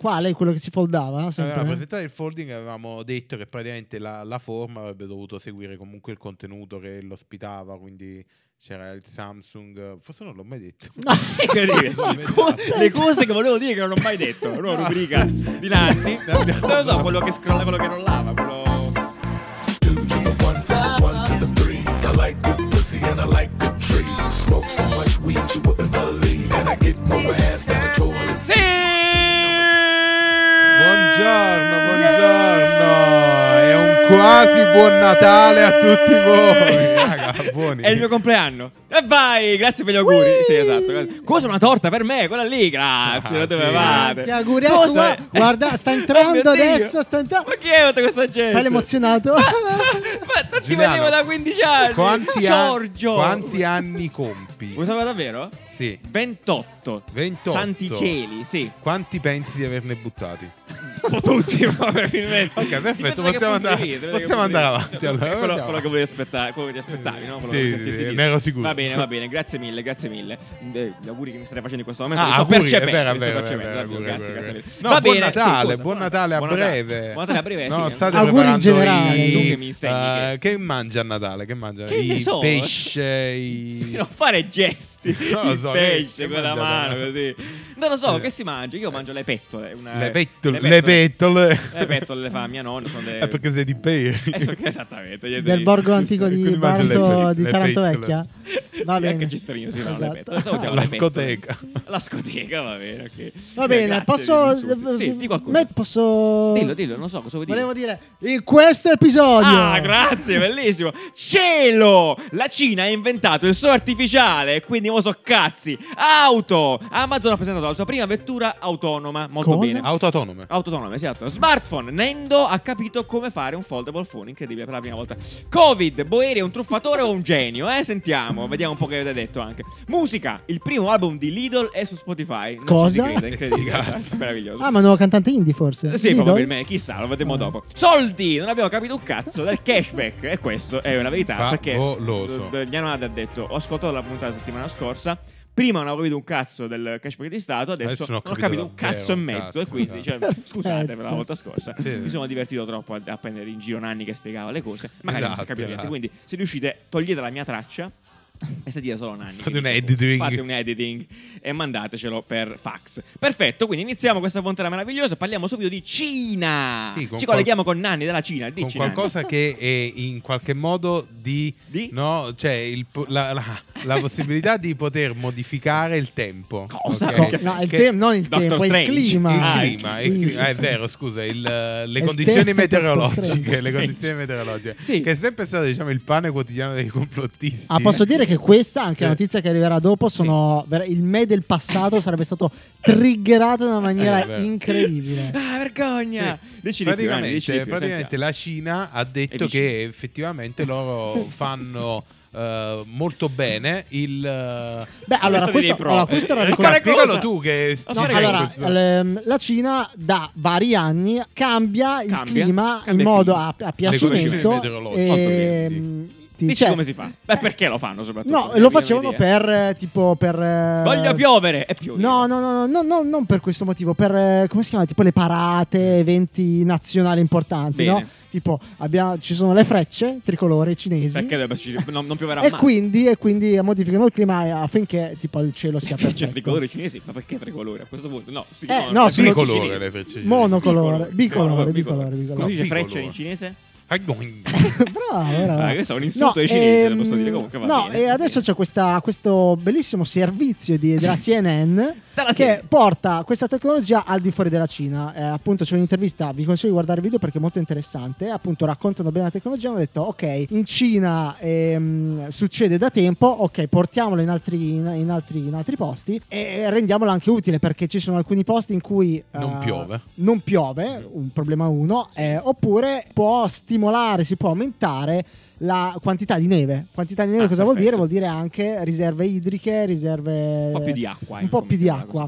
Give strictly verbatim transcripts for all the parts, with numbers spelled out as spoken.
Quale? Quello che si foldava? Aveva presentato il folding e avevamo detto che praticamente la, la forma avrebbe dovuto seguire comunque il contenuto che lo ospitava, quindi c'era il Samsung, forse non l'ho mai detto. Le cose che volevo dire che non ho mai detto. Una no. rubrica di Nanni. Non lo so, quello che scrolla, quello che rollava, quello like good pussy and I like good trees. Smoke so much weed you wouldn't believe, and I get more ass than a toilet. Sì! Buongiorno, buongiorno. È un quasi buon Natale a tutti voi. Raga, buoni. È il mio compleanno. E vai, grazie per gli auguri. Whee! Sì, esatto. Cosa, una torta per me, quella lì, grazie. Ah, dove sì. vate? Ti auguriamo. Cosa? Guarda, sta entrando oh adesso, sta entrando. Ma chi è tutta questa gente? Fai l'emozionato. Ma non ti vedevo da quindici anni. Quanti, Giorgio. An- quanti anni compi? Vuoi sapere davvero? Sì. ventotto. ventotto. Santi cieli, sì. Quanti pensi di averne buttati? Tutti, probabilmente. Ok, perfetto, possiamo andare, possiamo andare avanti. Allora, quello, quello che volevi aspettare, quello che ti aspettavi, no? Sì, sì, ne ero sicuro. Va bene, va bene, grazie mille, grazie mille. Gli auguri che mi state facendo in questo momento. Ah, li sto auguri, percependo, è vero, li sto è vero, percependo. è vero, Grazie, è vero, grazie mille. No, va buon bene, Natale, sì, buon Natale a buon breve. Buon Natale a breve, no, sì. state auguri in generale. i, tu che mi insegni uh, che... che mangia a Natale? Che mangia? Che I ne so? pesce, i... non fare gesti. Non lo so, il pesce che con la mano così. Non lo so, che si mangia? Io mangio le pettole. Una... Le pettole. Le pettole. Le pettole le fa mia nonna. Sono le... È perché sei di Bari. Esattamente. Del borgo antico di Taranto, di Taranto Vecchia. Va sì, bene. Anche Cistrino, sì, no, esatto. le pettole. La scoteca. La scoteca, va bene, ok. Va bene, Grazie posso... Sì, di qualcuno. Me posso... Dillo, dillo, non so cosa vuoi dire. Volevo dire, in questo episodio... Ah, grazie, bellissimo. Cielo! La Cina ha inventato il sole artificiale, quindi mo so cazzi. Auto! Amazon ha presentato la sua prima vettura autonoma. Molto Cosa? bene. Auto autonome. Auto autonome, esatto. Smartphone. Nendo ha capito come fare un foldable phone. Incredibile, per la prima volta. Covid. Boeri è un truffatore o un genio? Eh, sentiamo. Vediamo un po' che avete detto anche. Musica. Il primo album di Lidl è su Spotify. Non Cosa? Crede, incredibile. Meraviglioso. Ah, ma nuovo cantante indie forse? Sì, Lidl? probabilmente, chissà, lo vedremo Ah. dopo. Soldi, non abbiamo capito un cazzo del cashback. E questo è una verità. Favoloso. Perché mia nonna ha detto: ho ascoltato la puntata la settimana scorsa. Prima non avevo capito un cazzo del cashback di Stato, adesso, Adesso non non ho capito un cazzo e un mezzo. cazzo, E quindi, cioè, scusate per la volta scorsa. Sì. Mi sono divertito troppo a, a prendere in giro Nanni che spiegava le cose. Magari non si Esatto, capiva niente. esatto. Quindi, se riuscite, togliete la mia traccia e sentite solo Nanni. Fate un Quindi, editing. Fate un editing e mandatecelo per fax. Perfetto, quindi iniziamo questa puntata meravigliosa. Parliamo subito di Cina. Sì, con Ci colleghiamo qual- con Nanni della Cina. Con Dici, qualcosa Nanni. che è in qualche modo di, Di? no, cioè il, la, la, la possibilità di poter modificare il tempo. Cosa? ok? Che- No, il Che- tempo, non il Doctor tempo, Strange. il clima. Il Ah, clima, sì, il clima, sì, ah, è sì. vero, scusa, il, le Il condizioni tempo, meteorologiche, Strange. le condizioni meteorologiche, Sì. che è sempre stato, diciamo, il pane quotidiano dei complottisti. Ah, posso dire che questa, anche la Sì. notizia che arriverà dopo, sono ver- il me del passato sarebbe stato triggerato in una maniera Eh, vero. incredibile. Ah, vergogna. Dici di più, Nanni, dici di Praticamente, più, praticamente sentiamo. la Cina ha detto dici? che effettivamente loro fanno eh, molto bene il eh, Beh, allora Questa questo, dei pro. allora, questo era Eh, ricordato. fare spiegalo cosa? tu che No, No, Sì, allora, questo. ehm, la Cina da vari anni cambia il Cambia, clima cambia in il modo clima. a, a condizioni piacimento. meteorologiche. Molto ehm, ti- Dici cioè, come si fa? Beh, perché lo fanno soprattutto? No, Non lo abbiamo facevano idea. per eh, tipo per eh, Voglio piovere e piove. No, no, no, no, no, no, non per questo motivo, per eh, come si chiama? Tipo le parate, eventi nazionali importanti, Bene. no? Tipo abbiamo, ci sono le frecce tricolori cinesi. Perché dovrebbe ci- non, non pioverà E mai. quindi, e quindi modificano il clima affinché tipo il cielo sia C'è perfetto. tricolori cinesi, ma perché tricolori a questo punto? No, si Eh, chiamano no, frecce sono- tricolore cinesi. le frecce cinesi. Monocolore, bicolore, Bicolore, bicolore, Come bicolore. si dice Bicolore. freccia in cinese? Bravo, bravo. Ah, questo è un insulto ai cinesi, ehm, lo posso dire comunque, va no, bene, e va adesso bene. c'è questa, questo bellissimo servizio di, della C N N Dalla che C N N. porta questa tecnologia al di fuori della Cina. Eh, appunto c'è un'intervista, vi consiglio di guardare il video perché è molto interessante. Appunto raccontano bene la tecnologia, hanno detto ok, in Cina ehm, succede da tempo, ok, portiamolo in altri, in, in altri, in altri posti e rendiamolo anche utile, perché ci sono alcuni posti in cui Non eh, piove. non piove, un problema uno, eh, oppure può stimolare, si può aumentare la quantità di neve. Quantità di neve Ah, cosa vuol dire? perfetto. Vuol dire anche riserve idriche, riserve Un po' più di acqua, un po' ecco, più di mettiamola acqua.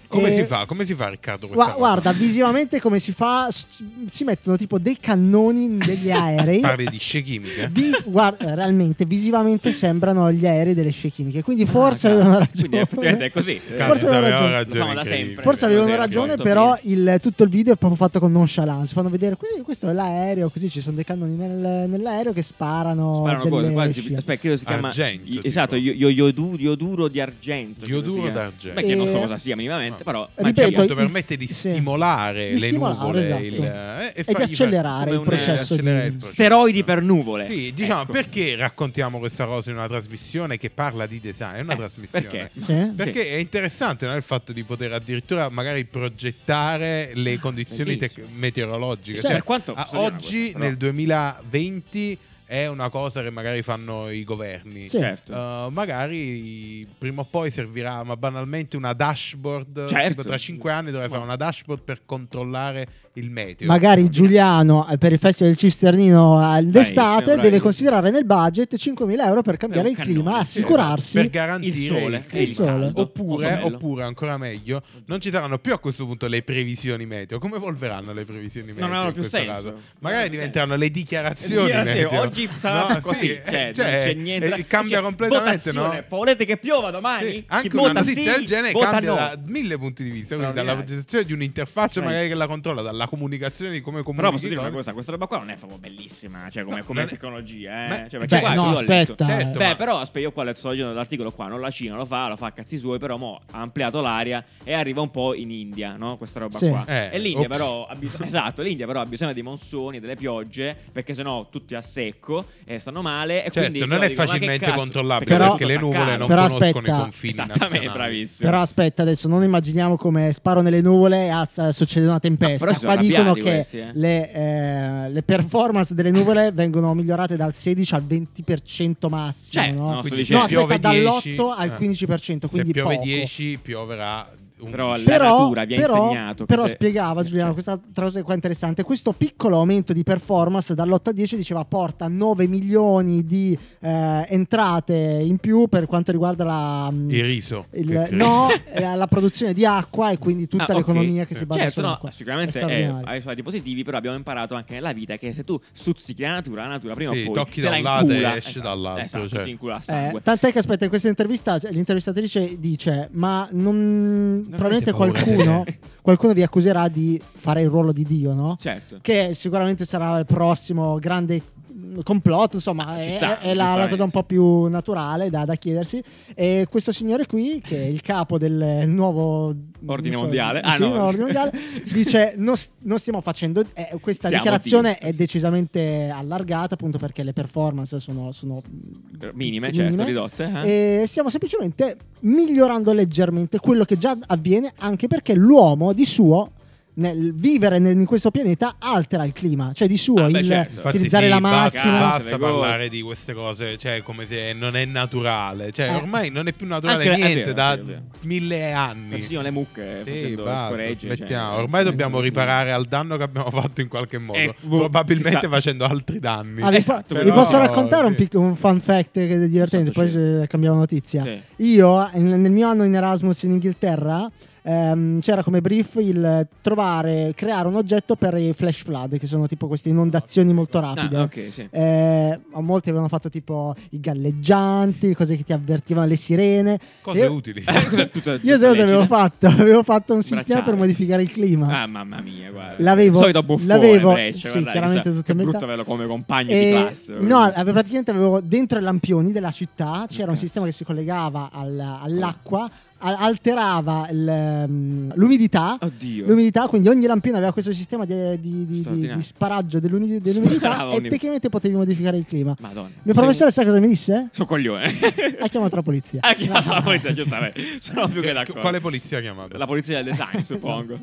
Come E- si fa? Come si fa, Riccardo? Questa Gua- cosa? guarda, visivamente come si fa? S- Si mettono tipo dei cannoni degli aerei. Parli di scie chimiche? Vi- guarda, realmente, visivamente sembrano gli aerei delle scie chimiche. Quindi forse Ah, avevano cazzo. ragione. Quindi effettivamente è così. Cazzo, Forse avevano avevano ragione. Lo fanno da incredibile. sempre. Forse avevano Molto ragione, bene. però il- tutto il video è proprio fatto con nonchalance. Fanno vedere qui, questo è l'aereo, così ci sono dei cannoni nel- nell'aereo che sparano. Sparano delle cose, qua, scie. aspetta, credo si chiama Argento, i- tipo. esatto, io- io- ioduro, ioduro di argento. credo Ioduro sia. d'argento. Beh, che non so E- cosa sia minimamente, però Ripeto, Appunto, il- permette di sì. stimolare Di le stimolare, nuvole esatto. il- eh, E di fargli accelerare come il un- processo accelerare di... il processo. steroidi per nuvole. Sì, diciamo, Ecco. perché raccontiamo questa cosa in una trasmissione che parla di design? È una Eh, trasmissione. perché? Sì? Perché è interessante, no, il fatto di poter addirittura magari progettare le condizioni bellissimo. tec- meteorologiche. Sì, Cioè, per quanto a- posso dire una oggi cosa, però- nel duemilaventi è una cosa che magari fanno i governi. Sì. Certo. Uh, magari prima o poi servirà, ma banalmente una dashboard. Certo. Tipo, tra cinque anni dovrai fare una dashboard per controllare il meteo. Magari Giuliano eh, per il Festival del Cisternino eh, d'estate bravissimo. deve considerare nel budget cinquemila euro per cambiare Per il un clima, cannone, Sì, assicurarsi. per garantire il sole, il e il sole. caldo. Oppure, Molto bello. oppure, ancora meglio, non ci saranno più a questo punto le previsioni meteo. Come evolveranno le previsioni meteo? Non avranno in più questo senso. caso? Non Magari avranno diventeranno le dichiarazioni Le dichiarazioni. meteo. Oggi sarà No, così, sì, cioè, eh, cioè, non c'è niente. eh, cambia Cioè, completamente, no? votazione, volete che piova domani? Sì, anche Chi una vota notizia sì, del genere vota cambia no. da mille punti di vista. Quindi dalla Straordinario. progettazione di un'interfaccia, Vai. magari che la controlla, dalla comunicazione di come Però comunichi posso dire una cose. cosa, questa roba qua non è proprio bellissima, cioè come, No, come non è- tecnologia, eh. Ma- Cioè, perché Beh, qua no, io ho letto- aspetta. Certo, Beh, ma- però aspetta, io qua le sto leggendo l'articolo qua, non la Cina lo fa, lo fa a cazzi suoi, però mo ha ampliato l'area e arriva un po' in India, no? Questa roba Sì. qua. Eh, e l'India ops. però ha bis- esatto, l'India però ha bisogno dei monsoni, delle piogge, perché sennò tutti a secco e stanno male e Certo, quindi non loro è dicono, "Ma che facilmente cazzo?" controllabile Però- perché le nuvole non Però conoscono aspetta. i confini Esattamente, nazionali. bravissimo. Però aspetta, adesso non immaginiamo come sparo nelle nuvole e ah, s- succede una tempesta. però si sono Qua dicono arrabbiati che questi, eh. le, eh, le performance delle nuvole vengono migliorate dal sedici al venti per cento massimo. Certo, no? no, sto Quindi dicendo- No, aspetta, piove dieci, dall'otto al eh. quindici per cento, Se quindi piove poco. dieci, pioverà un Però dieci. la Però, natura vi ha però- insegnato che però se- spiegava Giuliano Certo. questa cosa qua interessante. Questo piccolo aumento di performance dall'otto a dieci diceva porta nove milioni di eh, entrate in più per quanto riguarda la mm, Il riso. il- che cresce. no, eh, la produzione di acqua e quindi tutta Ah, ok. l'economia che si basa certo, no, sull'acqua. sicuramente È è- straordinario. ha i suoi lati positivi, però abbiamo imparato anche nella vita che se tu stuzzichi la natura, la natura prima Sì, o poi tocchi te da la un lato e incula. esce Esatto, dall'altro, esatto, cioè. ti incula a Eh, sangue. tant'è che aspetta, in questa intervista cioè, l'intervistatrice dice: Ma non, probabilmente paura. qualcuno, qualcuno vi accuserà di fare il ruolo di Dio, no? Certo. Che sicuramente sarà il prossimo grande complotto, insomma, Ci è, sta, è la, la cosa un po' più naturale da, da chiedersi. E questo signore qui, che è il capo del nuovo Ordine non so, mondiale. Ah, sì, no. no, ordine mondiale, dice: Non, st- non stiamo facendo. eh, questa Siamo dichiarazione Dio, è sì. decisamente allargata, appunto perché le performance sono, sono Minime, certo, ridotte. Eh? e stiamo semplicemente migliorando leggermente quello che già avviene, anche perché l'uomo di suo nel vivere nel- in questo pianeta altera il clima, cioè di suo Ah, beh, il certo. Infatti utilizzare sì, la basta, macchina. basta le cose. parlare di queste cose, cioè come se non è naturale, cioè Eh. ormai non è più naturale Anche- è niente vero, da è vero, è vero. mille anni. Persino le mucche Sì, facendo basta, scoregge, smettiamo. cioè, Ormai nel dobbiamo senso- riparare al danno che abbiamo fatto in qualche modo, Eh, boh, probabilmente chissà. facendo altri danni. Ah, vi, Esatto, po- vi però- posso raccontare un, sì. pic- un fun fact che è divertente, Sotto poi cielo. eh, cambiamo notizia. Sì. Io in- nel mio anno in Erasmus in Inghilterra ehm, c'era come brief il trovare, creare un oggetto per i flash flood, che sono tipo queste inondazioni molto rapide. Ah, ok, sì. Eh, molti avevano fatto tipo i galleggianti, cose che ti avvertivano, le sirene. Cose Io- utili. Eh, tutto- Io tutto so cosa avevo lecito. fatto, avevo fatto un sistema Bracciale. per modificare il clima. Ah, mamma mia, guarda. L'avevo- Il solito buffone, l'avevo- Breccia, sì, guardate, chiaramente chissà, tutto che in brutto metà. averlo come compagni E- di classe. no, avevo- praticamente avevo dentro i lampioni della città c'era un Cazzo. sistema che si collegava al- all'acqua, a- alterava il, ehm, l'umidità. Oddio. L'umidità, quindi ogni lampione aveva questo sistema di, di- di- di- Straordinario. di sparaggio dell'uni- dell'umidità Sparava e ogni- tecnicamente potevi modificare il clima. Madonna. Il mio professore sa cosa mi disse? Sono coglione. Ha chiamato la polizia. Ha chiamato la polizia, giustamente. Sono più che d'accordo. Quale polizia ha chiamato? La polizia del design, suppongo.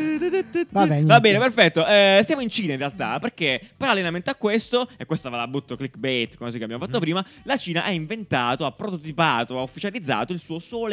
Va bene, Va niente. bene, perfetto. Eh, stiamo in Cina in realtà, perché parallelamente a questo, e questa ve la butto clickbait, come si che abbiamo fatto prima, la Cina ha inventato, ha prototipato, ha ufficializzato il suo sole artificiale.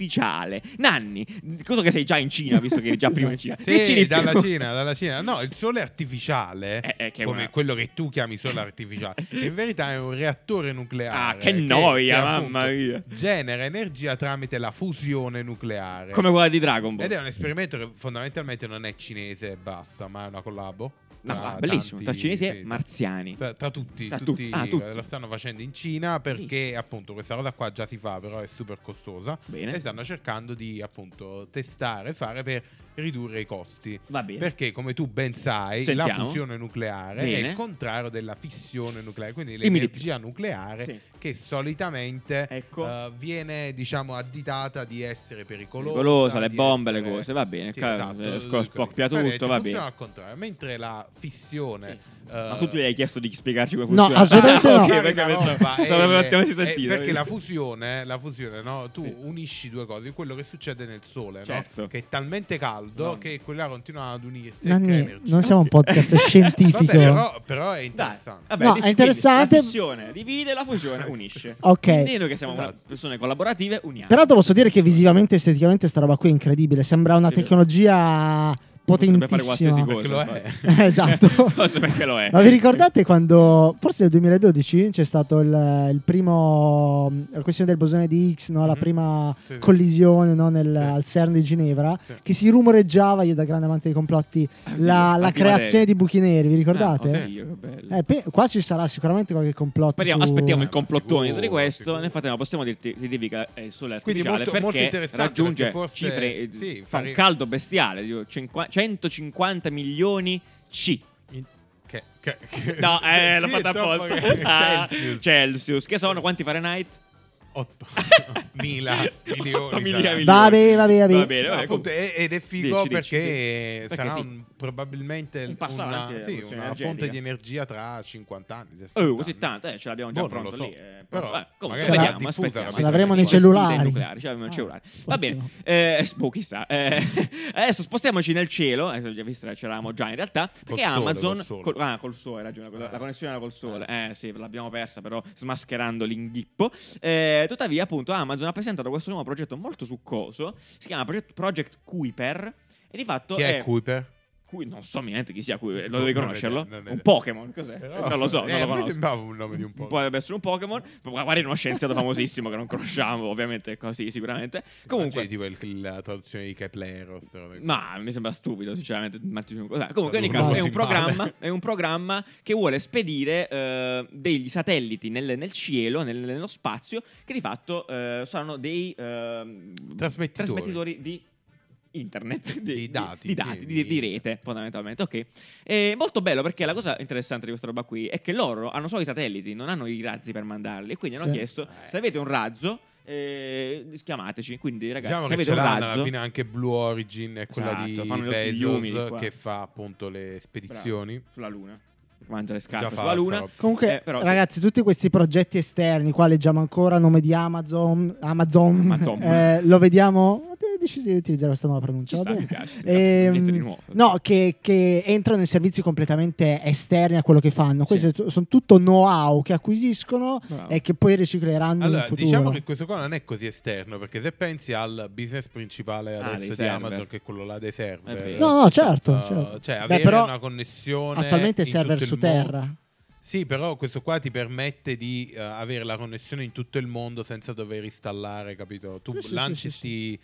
artificiale. Nanni, cosa che sei già in Cina, visto che eri già prima in Cina. Sì, Dici di dalla più. Cina, dalla Cina. No, il sole artificiale, Eh, eh, che è come una- quello che tu chiami sole artificiale, in verità è un reattore nucleare. Ah, che noia, che, appunto, mamma mia. genera energia tramite la fusione nucleare. Come quella di Dragon Ball. Ed è un esperimento che fondamentalmente non è cinese e basta, ma è una collabo. No, tra ah, bellissimo, tanti- tra cinesi e sì, marziani. Tra, tra tutti, Tra tutti, tutti. Ah, tutti. lo stanno facendo in Cina perché appunto questa cosa qua già si fa, però è super costosa. Bene. E stanno cercando di appunto testare, fare per ridurre i costi. Va bene. Perché come tu ben sai, Sentiamo. la fusione nucleare Bene. è il contrario della fissione nucleare, quindi Dimmi di l'energia nucleare Sì. che solitamente Ecco. eh, viene diciamo additata di essere pericolosa, Pericolosa, le di bombe, essere- le cose, va bene, Sì, ca- esatto, eh, eh, sco- così. spoppia tutto, Praticamente va funziona bene. al contrario, mentre la fissione Sì. eh, Ma tu gli hai chiesto di spiegarci come No, funziona? assolutamente no. Ok, Fare perché una mi roba sta- è- stavo per attimo di è- sentire. perché la fusione, la fusione, no? Tu Sì. unisci due cose, quello che succede nel sole, Certo. no? Che è talmente caldo No. che quelli là continuano ad unirsi e Nanni, crea energia. non siamo un podcast scientifico. Vabbè, però, però è Dai, interessante. vabbè, No, dici, è interessante. quindi La fissione divide, la fusione unisce. Ok. Quindi noi che siamo Esatto. una- persone collaborative uniamo. Peraltro posso dire che visivamente e esteticamente sta roba qui è incredibile. Sembra una Sì. tecnologia Potrebbe fare qualsiasi potentissima. cosa. Perché lo è. Esatto. Forse perché lo è. Ma vi ricordate quando, forse nel duemiladodici, c'è stato il, il primo, la questione del bosone di Higgs, no? la Mhm. prima Sì, sì. collisione, no? Nel- Sì. al CERN di Ginevra, Sì. che si rumoreggiava, io da grande amante dei complotti, la, la Antimateria. creazione di buchi neri, vi ricordate? Ah, oddio, che bello. Eh, pe- qua ci sarà sicuramente qualche complotto. Speriamo- su... aspettiamo il Eh, complottone sicuro, di questo. sicuro. Nel frattempo possiamo dirti, dirvi che è il sole Quindi artificiale molto- molto perché interessante, raggiunge perché forse- cifre, eh, sì, fa fare- un caldo bestiale, tipo cinqua- centocinquanta milioni C. In- Che, che, che- No, eh, l'ho Sì, fatta è troppo apposta. che- Ah, Celsius. Celsius. Che sono quanti Fahrenheit? otto mila milioni. otto mila sarà. milioni. Vabbè, vabbè, vabbè. Va bene, No, vabbè, appunto, comunque. e- ed è figo Dici, dici, perché sì. sarà Perché sì. un- probabilmente Un passo una, avanti della sì, produzione una energetica. fonte di energia tra cinquanta anni. sessanta Oh, così anni. tanto, eh, ce l'abbiamo già Boh, non pronto lo so. lì. eh, Però vabbè, comunque, magari sarà vediamo, diffusa, aspettiamo. ce l'avremo nei aspettiamo. cellulari. Stile nucleari, ce l'abbiamo nei Ah, cellulari. Va forse bene, no. eh, boh, chissà. Eh, adesso spostiamoci nel cielo, eh, già visto che c'eravamo già in realtà, perché Col sole, Amazon... col sole. col- ah, col sole, hai ragione, la, la connessione era col sole. Eh sì, l'abbiamo persa però smascherando l'inghippo. Eh, tuttavia, appunto, Amazon ha presentato questo nuovo progetto molto succoso, si chiama Project, Project Kuiper, e di fatto Chi è è... Kuiper? Cui, non so niente chi sia Kuiper, lo Non devi è- conoscerlo? non è- Un Pokémon, cos'è? Però- non lo so, eh, non lo a me conosco. sembrava un nome di un po'. Potrebbe essere un Pokémon, magari uno scienziato famosissimo che non conosciamo, ovviamente è così sicuramente. Comunque, tipo il- il- la traduzione di Kepler. ma mi sembra stupido, sinceramente. Vabbè, comunque, in ogni Non caso, lo è un, si programma, male. è un programma che vuole spedire eh, degli satelliti nel, nel cielo, nel- nello spazio, che di fatto eh, saranno dei eh, Trasmettitori. trasmettitori di internet, di, Di dati, di, dati, sì, di, di- di rete, fondamentalmente. Ok, è molto bello perché la cosa interessante di questa roba qui è che loro hanno solo i satelliti, non hanno i razzi per mandarli. E quindi hanno Sì. chiesto: Eh. se avete un razzo, eh, chiamateci. Quindi, ragazzi, Diciamo se che avete ce un l'hanno razzo, alla fine anche Blue Origin e quella Esatto, di fanno gli occhi di umidi Bezos qua. che fa appunto le spedizioni. sulla Luna, mangia le Già scarpe fa sulla Luna. sta roba. Comunque, Eh, però- ragazzi, tutti questi progetti esterni, qua leggiamo ancora nome di Amazon, Amazon, Amazon. eh, lo vediamo. Ho deciso di utilizzare questa nuova pronuncia. Ci va sta, bene. mi piace, sì, Ehm, niente di nuovo. no, che, che entrano in servizi completamente esterni a quello che fanno. Sì. Questi t- sono tutto know-how che acquisiscono Bravo. e che poi ricicleranno Allora, in futuro. diciamo che questo qua non è così esterno, perché se pensi al business principale Ah, adesso dei di server. Amazon, che è quello là dei server, È vero. No, no, certo. uh, certo. cioè Beh, avere però una connessione attualmente in server tutto su il mondo- terra. Sì, però questo qua ti permette di uh, avere la connessione in tutto il mondo senza dover installare, capito? Tu Sì, sì, lanci sì, sì, sti,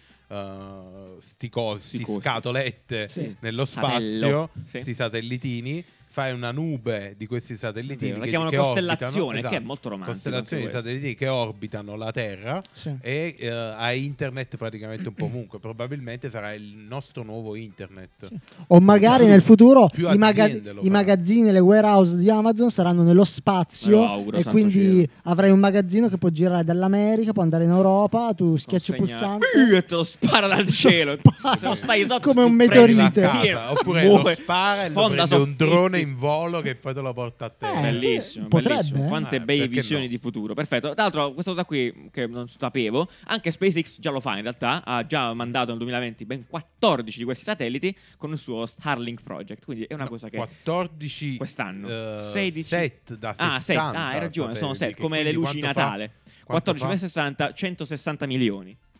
uh, sti cosi, Sti sti cosi. scatolette Sì. nello Satello. spazio, Sì. sti satellitini, fai una nube di questi satellitini Vero, la che, chiamano che costellazione, orbitano, che è esatto, molto romantico costellazioni di anche questo. satellitini che orbitano la Terra Sì. e eh, hai internet praticamente un po' ovunque. Probabilmente sarà il nostro nuovo internet. Sì. O magari nel futuro Più i, maga- aziende lo i faranno. magazzini e le warehouse di Amazon saranno nello Me spazio lo auguro, e santo quindi cielo. avrai un magazzino che può girare dall'America, può andare in Europa, tu schiacci il Consegna- pulsante e te lo spara dal cielo. spara. Se non stai sotto, Come un ti prendi la meteorite. Casa, oppure Muore. lo spara e lo Sfonda prende un soffitti. drone in volo che poi te lo porta a te. Eh, Bellissimo, potrebbe, bellissimo. eh? Quante Eh, bei perché visioni no? di futuro. Perfetto. Tra l'altro, questa cosa qui che non sapevo, anche SpaceX già lo fa in realtà. Ha già mandato nel duemilaventi ben quattordici di questi satelliti con il suo Starlink Project. Quindi è una cosa che quattordici quest'anno eh, sedici set da sessanta. Ah, set. Ah, hai ragione, sono set, satelliti, come le quindi luci di quanto fa? Natale. Quanto quattordici per fa? sessanta, centosessanta milioni.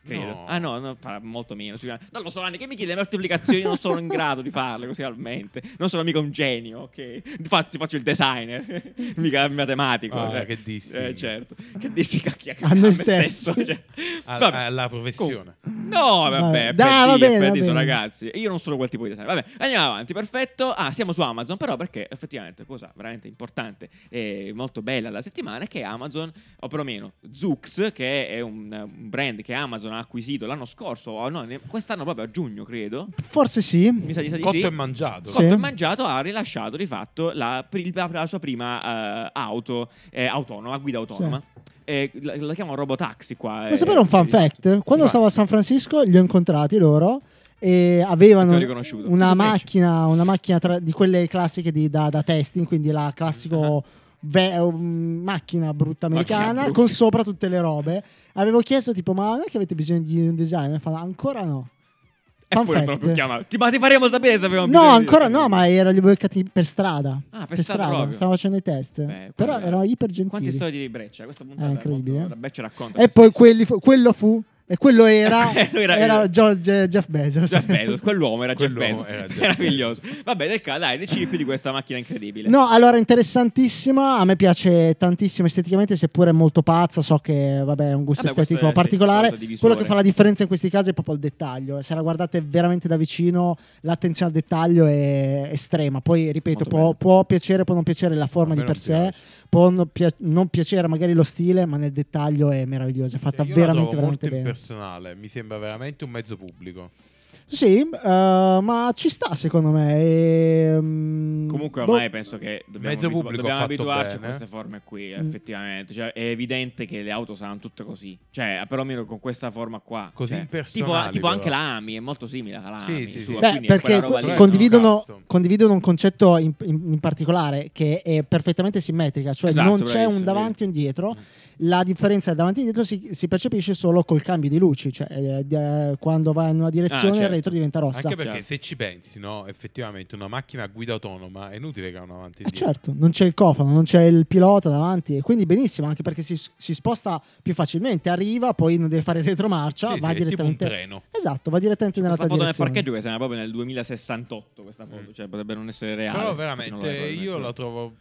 credo. No. Ah no, no, fa molto meno. Non lo so, Anni, che mi chiede le moltiplicazioni, non sono in grado di farle così realmente. Non sono mica un genio, ok? Infatti faccio il designer, mica il matematico. Ah, cioè. che dissi. Eh, certo. Che dissi cacchia, A noi stessi. Cioè. Al- Vabbè. alla professione. No, vabbè, Vabbè. per Dai, va dire, bene, per va dire, bene. ragazzi. Io non sono quel tipo di designer. Vabbè, andiamo avanti, perfetto. Ah, siamo su Amazon, però perché effettivamente cosa veramente importante e molto bella la settimana è che Amazon, o perlomeno Zoox, che è un, un brand che Amazon ha acquisito l'anno scorso, o no, ne- quest'anno proprio a giugno, credo. Forse sì. Mi sa di, sa di Cotto sì. e mangiato. Sì. Cotto e mangiato ha rilasciato di fatto la, pri- la- la sua prima eh, auto eh, autonoma, guida autonoma. Eh, la, la chiamano Robotaxi qua. Vuoi eh, sapere un fun di fatto. fact? Quando Vai. stavo a San Francisco li ho incontrati loro e Ti avevano ho riconosciuto. una Su Match. macchina, una macchina tra- di quelle classiche di- da, da testing, quindi la classico ve- um, macchina brutta Macchina americana brutta. con sopra tutte le robe. Avevo chiesto tipo ma non è che avete bisogno di un designer? Fanno ancora no. Fun Eppure fact. proprio chiamato. Ti, ma ti faremo sapere se avevamo No, bisogno di- ancora no, ma ero li ho beccati per strada. Ah, per strada proprio. Stavo facendo i test. Beh, Però guarda, erano iper gentili. Quante storie di Breccia? Questa puntata È è incredibile. molto- la Breccia racconta. E se poi stesso. quelli fu- quello fu e quello era Quello era- era Gio- Ge- Jeff Bezos. Jeff Bezos, quell'uomo era Jeff Quell'uomo Bezos. era Jeff Meraviglioso. Vabbè, del ca- dai, decidi più di questa macchina incredibile. No, allora interessantissima, a me piace tantissimo esteticamente, seppure molto pazza, so che vabbè è un gusto Vabbè, questo estetico è, sì, particolare. sorta di visore. Quello che fa la differenza in questi casi è proprio il dettaglio. Se la guardate veramente da vicino, l'attenzione al dettaglio è estrema. Poi ripeto, Molto può, bello. può piacere, può non piacere la forma A me di per non sé, piace. può non, pia- non piacere magari lo stile, ma nel dettaglio è meravigliosa, è fatta Cioè, io veramente la trovo veramente molto bene. impersonale, mi sembra veramente un mezzo pubblico. Sì, eh, ma ci sta secondo me. E, mm, Comunque boh, ormai penso che dobbiamo, Mezzo abitu- pubblico dobbiamo fatto abituarci bene. a queste forme qui, Mm. effettivamente. Cioè, è evidente che le auto saranno tutte così. Cioè, perlomeno con questa forma qua. Così Cioè, impersonali, tipo, tipo anche però. la Ami, è molto simile alla Ami. Sì, sì, sua, sì. Beh, quindi è perché quella roba co- lì. condividono, Custom. condividono un concetto in, in- in particolare che è perfettamente simmetrica, cioè Esatto, non c'è bravissimo, un davanti e un dietro. Mm. La differenza del davanti e dietro si, si percepisce solo col cambio di luci, cioè eh, eh, quando va in una direzione Ah, certo. il retro diventa rossa. Anche perché Chiaro. se ci pensi, no, effettivamente una macchina a guida autonoma è inutile che ha un avanti e Eh, dietro. certo, non c'è il cofano, non c'è il pilota davanti, e quindi benissimo, anche perché si, si sposta più facilmente, arriva, poi non deve fare retromarcia, Sì, va sì, è tipo un direttamente. treno. Esatto, va direttamente nella Questa tua foto nel direzione. parcheggio che sembra proprio nel duemilasessantotto questa foto, Mm. cioè potrebbe non essere reale. Però Infatti non lo veramente ricordo io neanche. la trovo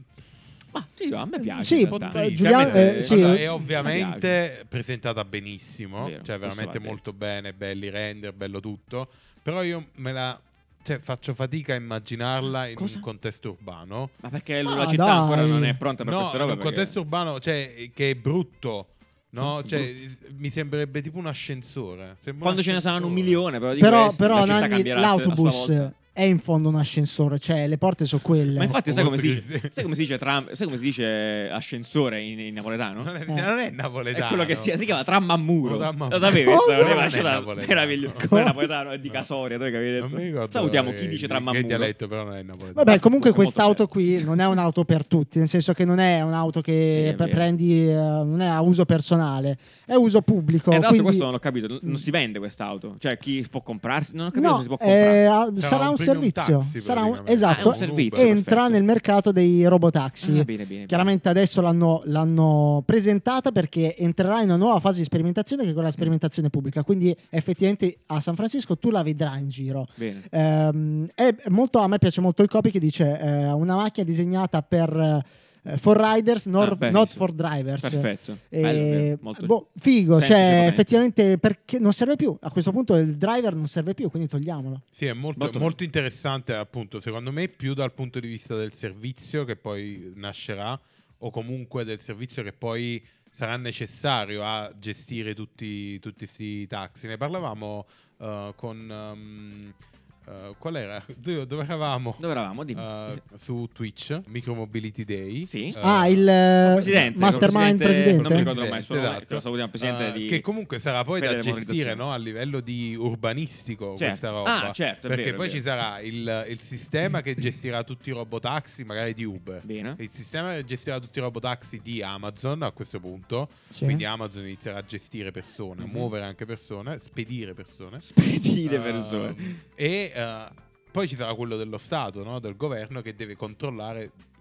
Ma sì, a me piace. Sì, in un po' realtà. triste. Giuliano- A me- eh, sì. allora, è Mi ovviamente presentata benissimo, Vero, cioè questo veramente va detto. molto bene, belli render, bello tutto. Però io me la cioè, faccio fatica a immaginarla in Cosa? un contesto urbano. Ma perché Ma la città dai. ancora non è pronta per No, queste in robe? un perché- contesto urbano, cioè, che è brutto. No, Sì, cioè, mi sembrerebbe tipo un ascensore. Sembra un Quando ce ne saranno un ascensore. milione, però di Però, questi, però la città Nanni, cambierà a sua l'autobus volta. è in fondo un ascensore, cioè le porte sono quelle. Ma infatti, sai come, si Molto dice, che sì. sai come si dice tram, sai come si dice ascensore in, in napoletano? Non è, Eh. non è napoletano. È quello che si, si chiama tram a muro. Oh, tram a Lo muro. sapevi? Cosa? Questa? Non è Non una è scelta napoletano. meravigliosa. Cosa? Non è napoletano, è di No. Casoria. Dove che avevi Non detto? mi ricordo Salutiamo chi che- dice tram a che muro. dialetto, però non è napoletano. Vabbè, comunque Molto quest'auto bello. qui non è un'auto per tutti, nel senso che non è un'auto Sì, che è pre- vero. prendi, eh, non è a uso personale, è uso pubblico. Eh, tra l'altro quindi- questo non l'ho capito, non- non si vende quest'auto. Cioè chi può comprarsi? Non ho capito No, se si può comprare. eh, ah, Sarà sarà un un premium servizio, taxi, sarà un, praticamente. esatto, Ah, è un servizio, entra perfetto. nel mercato dei robotaxi. Ah, bene, bene, bene. Chiaramente adesso l'hanno, l'hanno presentata perché entrerà in una nuova fase di sperimentazione che è quella sperimentazione pubblica, quindi effettivamente a San Francisco tu la vedrai in giro. Bene. Ehm, è molto, a me piace molto il copy che dice eh, una macchina disegnata per eh, for riders, nor- Ah, bellissimo. not for drivers. Perfetto. E, Bello, bello, molto- boh, figo, semplice, cioè veramente. effettivamente perché non serve più. A questo punto il driver non serve più, quindi togliamolo. Sì, è molto, Molto molto interessante, appunto, secondo me, più dal punto di vista del servizio che poi nascerà, o comunque del servizio che poi sarà necessario a gestire tutti questi taxi. Ne parlavamo eh, con... um, eh, qual era? Dove, dove eravamo? Dove eravamo? Dimmi. Eh, su Twitch, Micromobility Day. Sì. Eh, ah, il eh, Presidente, mastermind presidente- presidente. non mi ricordo mai il suo nome, Esatto. lo salutiamo, presidente Eh, di che comunque sarà poi da Fede gestire, Motorizzazione. no, a livello di urbanistico Certo. questa roba. Ah, certo, è perché vero, è poi vero. ci sarà il, il sistema che gestirà tutti i robotaxi magari di Uber, Bene. il sistema che gestirà tutti i robotaxi di Amazon a questo punto. Sì. Quindi Amazon inizierà a gestire persone, a Mhm. muovere anche persone, spedire persone. Spedire Eh, persone. E eh, poi ci sarà quello dello Stato, no? Del governo che deve controllare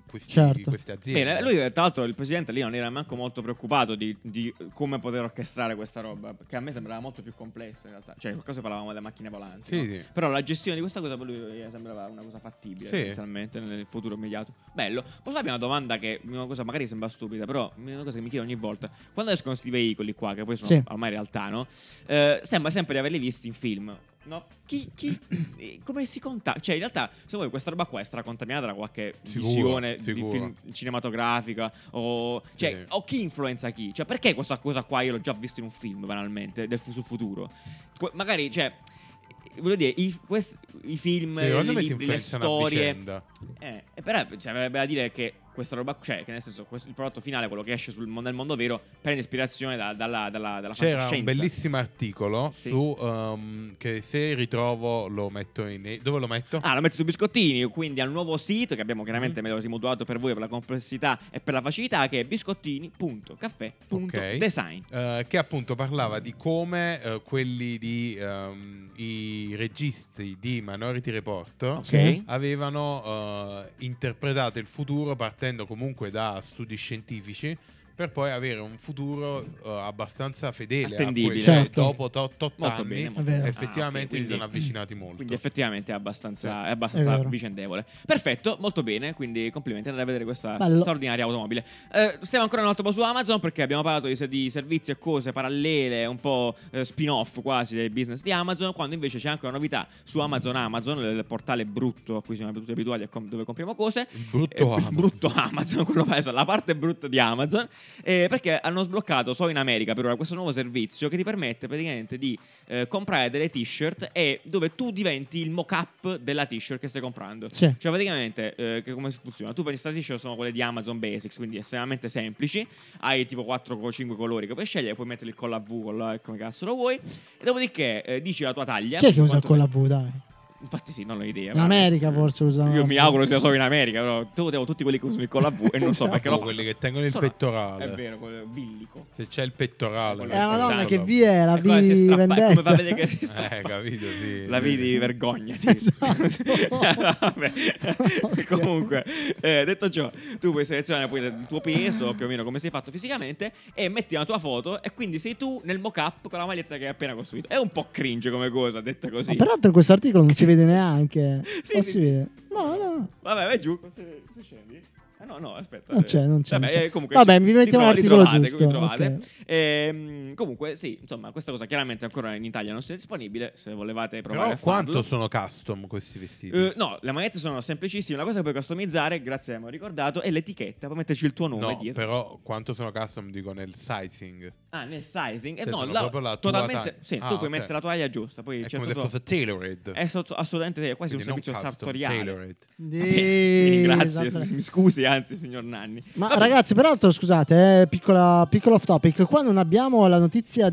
questi, Certo. queste aziende. Bene, lui tra l'altro il presidente lì non era manco molto preoccupato di, di come poter orchestrare questa roba, perché a me sembrava molto più complessa in realtà. Cioè, qualcosa parlavamo delle macchine volanti, Sì, no? sì. Però la gestione di questa cosa per lui sembrava una cosa fattibile, Sì. essenzialmente nel futuro immediato. Bello. Posso farvi una domanda che una cosa magari sembra stupida, però è una cosa che mi chiedo ogni volta. Quando escono questi veicoli qua, che poi sono Sì. ormai realtà, no? Eh, sembra sempre di averli visti in film. No? Chi, chi, eh, come si conta? Cioè, in realtà, se vuoi, questa roba qua è stracontaminata da qualche Sicuro, visione di sicuro. film cinematografica o, cioè, Sì. o chi influenza chi? Cioè, perché questa cosa qua io l'ho già visto in un film, banalmente, del fu- sul futuro? Que- magari, cioè, voglio dire, i, quest- i film, Sì, secondo i me si libri, le influenzano a storie. vicenda. Eh, e però cioè, avrebbe da dire che questa roba, cioè, che nel senso, questo, il prodotto finale, quello che esce sul, mon- nel mondo vero, prende ispirazione da- dalla, dalla, dalla C'era un fantascienza. bellissimo articolo Sì. su um, che se ritrovo lo metto in... Dove lo metto? Ah, lo metti su biscottini, quindi al nuovo sito che abbiamo chiaramente Mm. rimodulato per voi per la complessità e per la facilità, che è biscottini punto caffè punto design. Eh, che appunto parlava di come eh, quelli di ehm, i registi di Minority Report Sì. avevano eh, interpretato il futuro partendo comunque da studi scientifici per poi avere un futuro eh, abbastanza fedele Attendibile. a quello. Certo. Dopo tot tot Molto anni bene, molto È vero. bene. effettivamente Ah, ok, si quindi- sono avvicinati molto. Quindi effettivamente è abbastanza, Sì. è abbastanza È vero. vicendevole. Perfetto, molto bene, quindi complimenti, andate a vedere questa Bello. straordinaria automobile. Eh, stiamo ancora un attimo su Amazon perché abbiamo parlato di, di servizi e cose parallele, un po' eh, spin-off quasi del business di Amazon, quando invece c'è anche una novità su Amazon Amazon, il portale brutto a cui siamo tutti abituati a com- dove compriamo cose. Il brutto Eh, Amazon. brutto Amazon, quello preso, la parte brutta di Amazon, eh, perché hanno sbloccato solo in America per ora questo nuovo servizio che ti permette praticamente di eh, comprare delle t-shirt e dove tu diventi il mock-up della t-shirt che stai comprando. Sì. Cioè praticamente eh, che come funziona? Tu prendi queste t-shirt, sono quelle di Amazon Basics, quindi estremamente semplici, hai tipo quattro o cinque colori che puoi scegliere, puoi mettere il collo a V, con la, come cazzo lo vuoi, e dopodiché eh, dici la tua taglia. Chi è che usa quanto con la sei- V, dai? Infatti sì, non ho idea. In America forse usano. Io mi auguro sia solo in America, però tu devo tutti quelli che usano il collo a V e non so perché lo O fanno. quelli che tengono il Sono- pettorale. È vero, quello villico. Se c'è il pettorale. Quello È la Madonna Ecco, che vi è, la È come si V di strappa- è vendetta. come fa vedere che si strappa. Eh, capito, sì. La V di vergogna. Esatto. Vabbè. Ok. Comunque, eh, detto ciò, tu puoi selezionare poi il tuo peso, più o meno come sei fatto fisicamente, e metti la tua foto, e quindi sei tu nel mock-up con la maglietta che hai appena costruito. È un po' cringe come cosa, detta così. Ma peraltro in questo articolo non si vede neanche. Sì, O sì. si vede? No, no. Vabbè, vai giù. Se, se scendi. Ah, no, no, aspetta. Non c'è, non c'è, Vabbè, non c'è. eh, comunque, Vabbè, sì, vi mettiamo ritro- l'articolo ritrovate, giusto, ritrovate. ok. Ehm, comunque, sì, insomma, questa cosa chiaramente ancora in Italia non è disponibile. Se volevate provare Però a farlo. quanto sono custom questi vestiti? Eh, no, le magliette sono semplicissime. La cosa che puoi customizzare, grazie a me ho ricordato, è l'etichetta. Puoi metterci il tuo nome No, dietro. però quanto sono custom dico nel sizing. Ah, nel sizing. Eh, Cioè, no, sono la- proprio la tua totalmente. taglia. Sì, Ah, tu puoi ok. mettere la tua taglia giusta. Poi È certo come se tuo- fosse tailored. è so- assolutamente quasi Quindi un non servizio custom, sartoriale. tailored. Vabbè, grazie, Esatto. mi scusi, anzi, signor Nanni. Ma Vabbè. ragazzi, peraltro, scusate, eh, piccola, piccolo off topic. Qua non abbiamo la notizia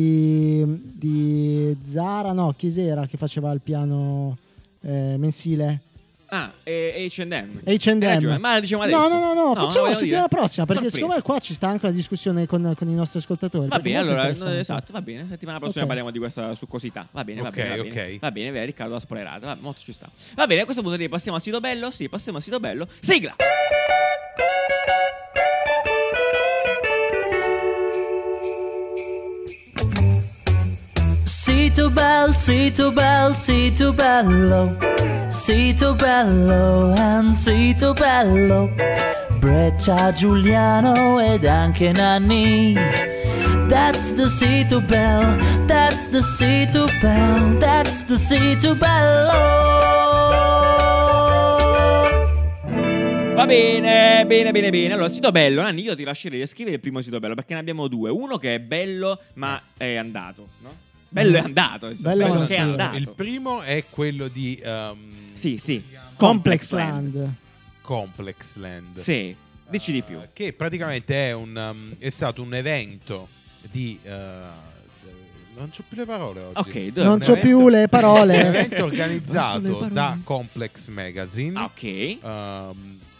di, di Zara, no, Chisera che faceva il piano eh, mensile. Ah, e H and M. H and M. Hai ragione, ma la diciamo adesso. No, no, no, no, facciamo la vogliamo settimana dire? prossima perché Sorpresa. secondo me qua ci sta anche la discussione con, con i nostri ascoltatori. Va perché è bene, molto allora, interessante. esatto, va bene. Settimana prossima Ok. parliamo di questa succosità. Va bene, va Ok, bene. Va ok. bene, va bene, beh, Riccardo ha spoilerato. Va, molto ci sta. Va bene, a questo punto direi passiamo al sito bello. Sì, passiamo al sito bello. Sigla! Sito bel, sito bel, sito bello, sito bello, and sito bello, Breccia, Giuliano ed anche Nanni. That's the sito bell, that's the sito bell, that's the sito bello. Va bene, bene, bene, bene. Allora, sito bello, Nanni, io ti lascerei scrivere il primo sito bello perché ne abbiamo due. Uno che è bello, ma è andato, no? Bello è andato. insomma, Bello bello ma che è sì. andato. Il primo è quello di um, Sì, sì. Complex Land. Complex Land. Sì, dici di più. Uh, che praticamente è, un, um, è stato un evento di... uh, non c'ho più le parole oggi. Ok, dove- Non Un c'ho evento- più le parole. Un evento Sono le organizzato parole. da Complex Magazine. Ah, ok. um,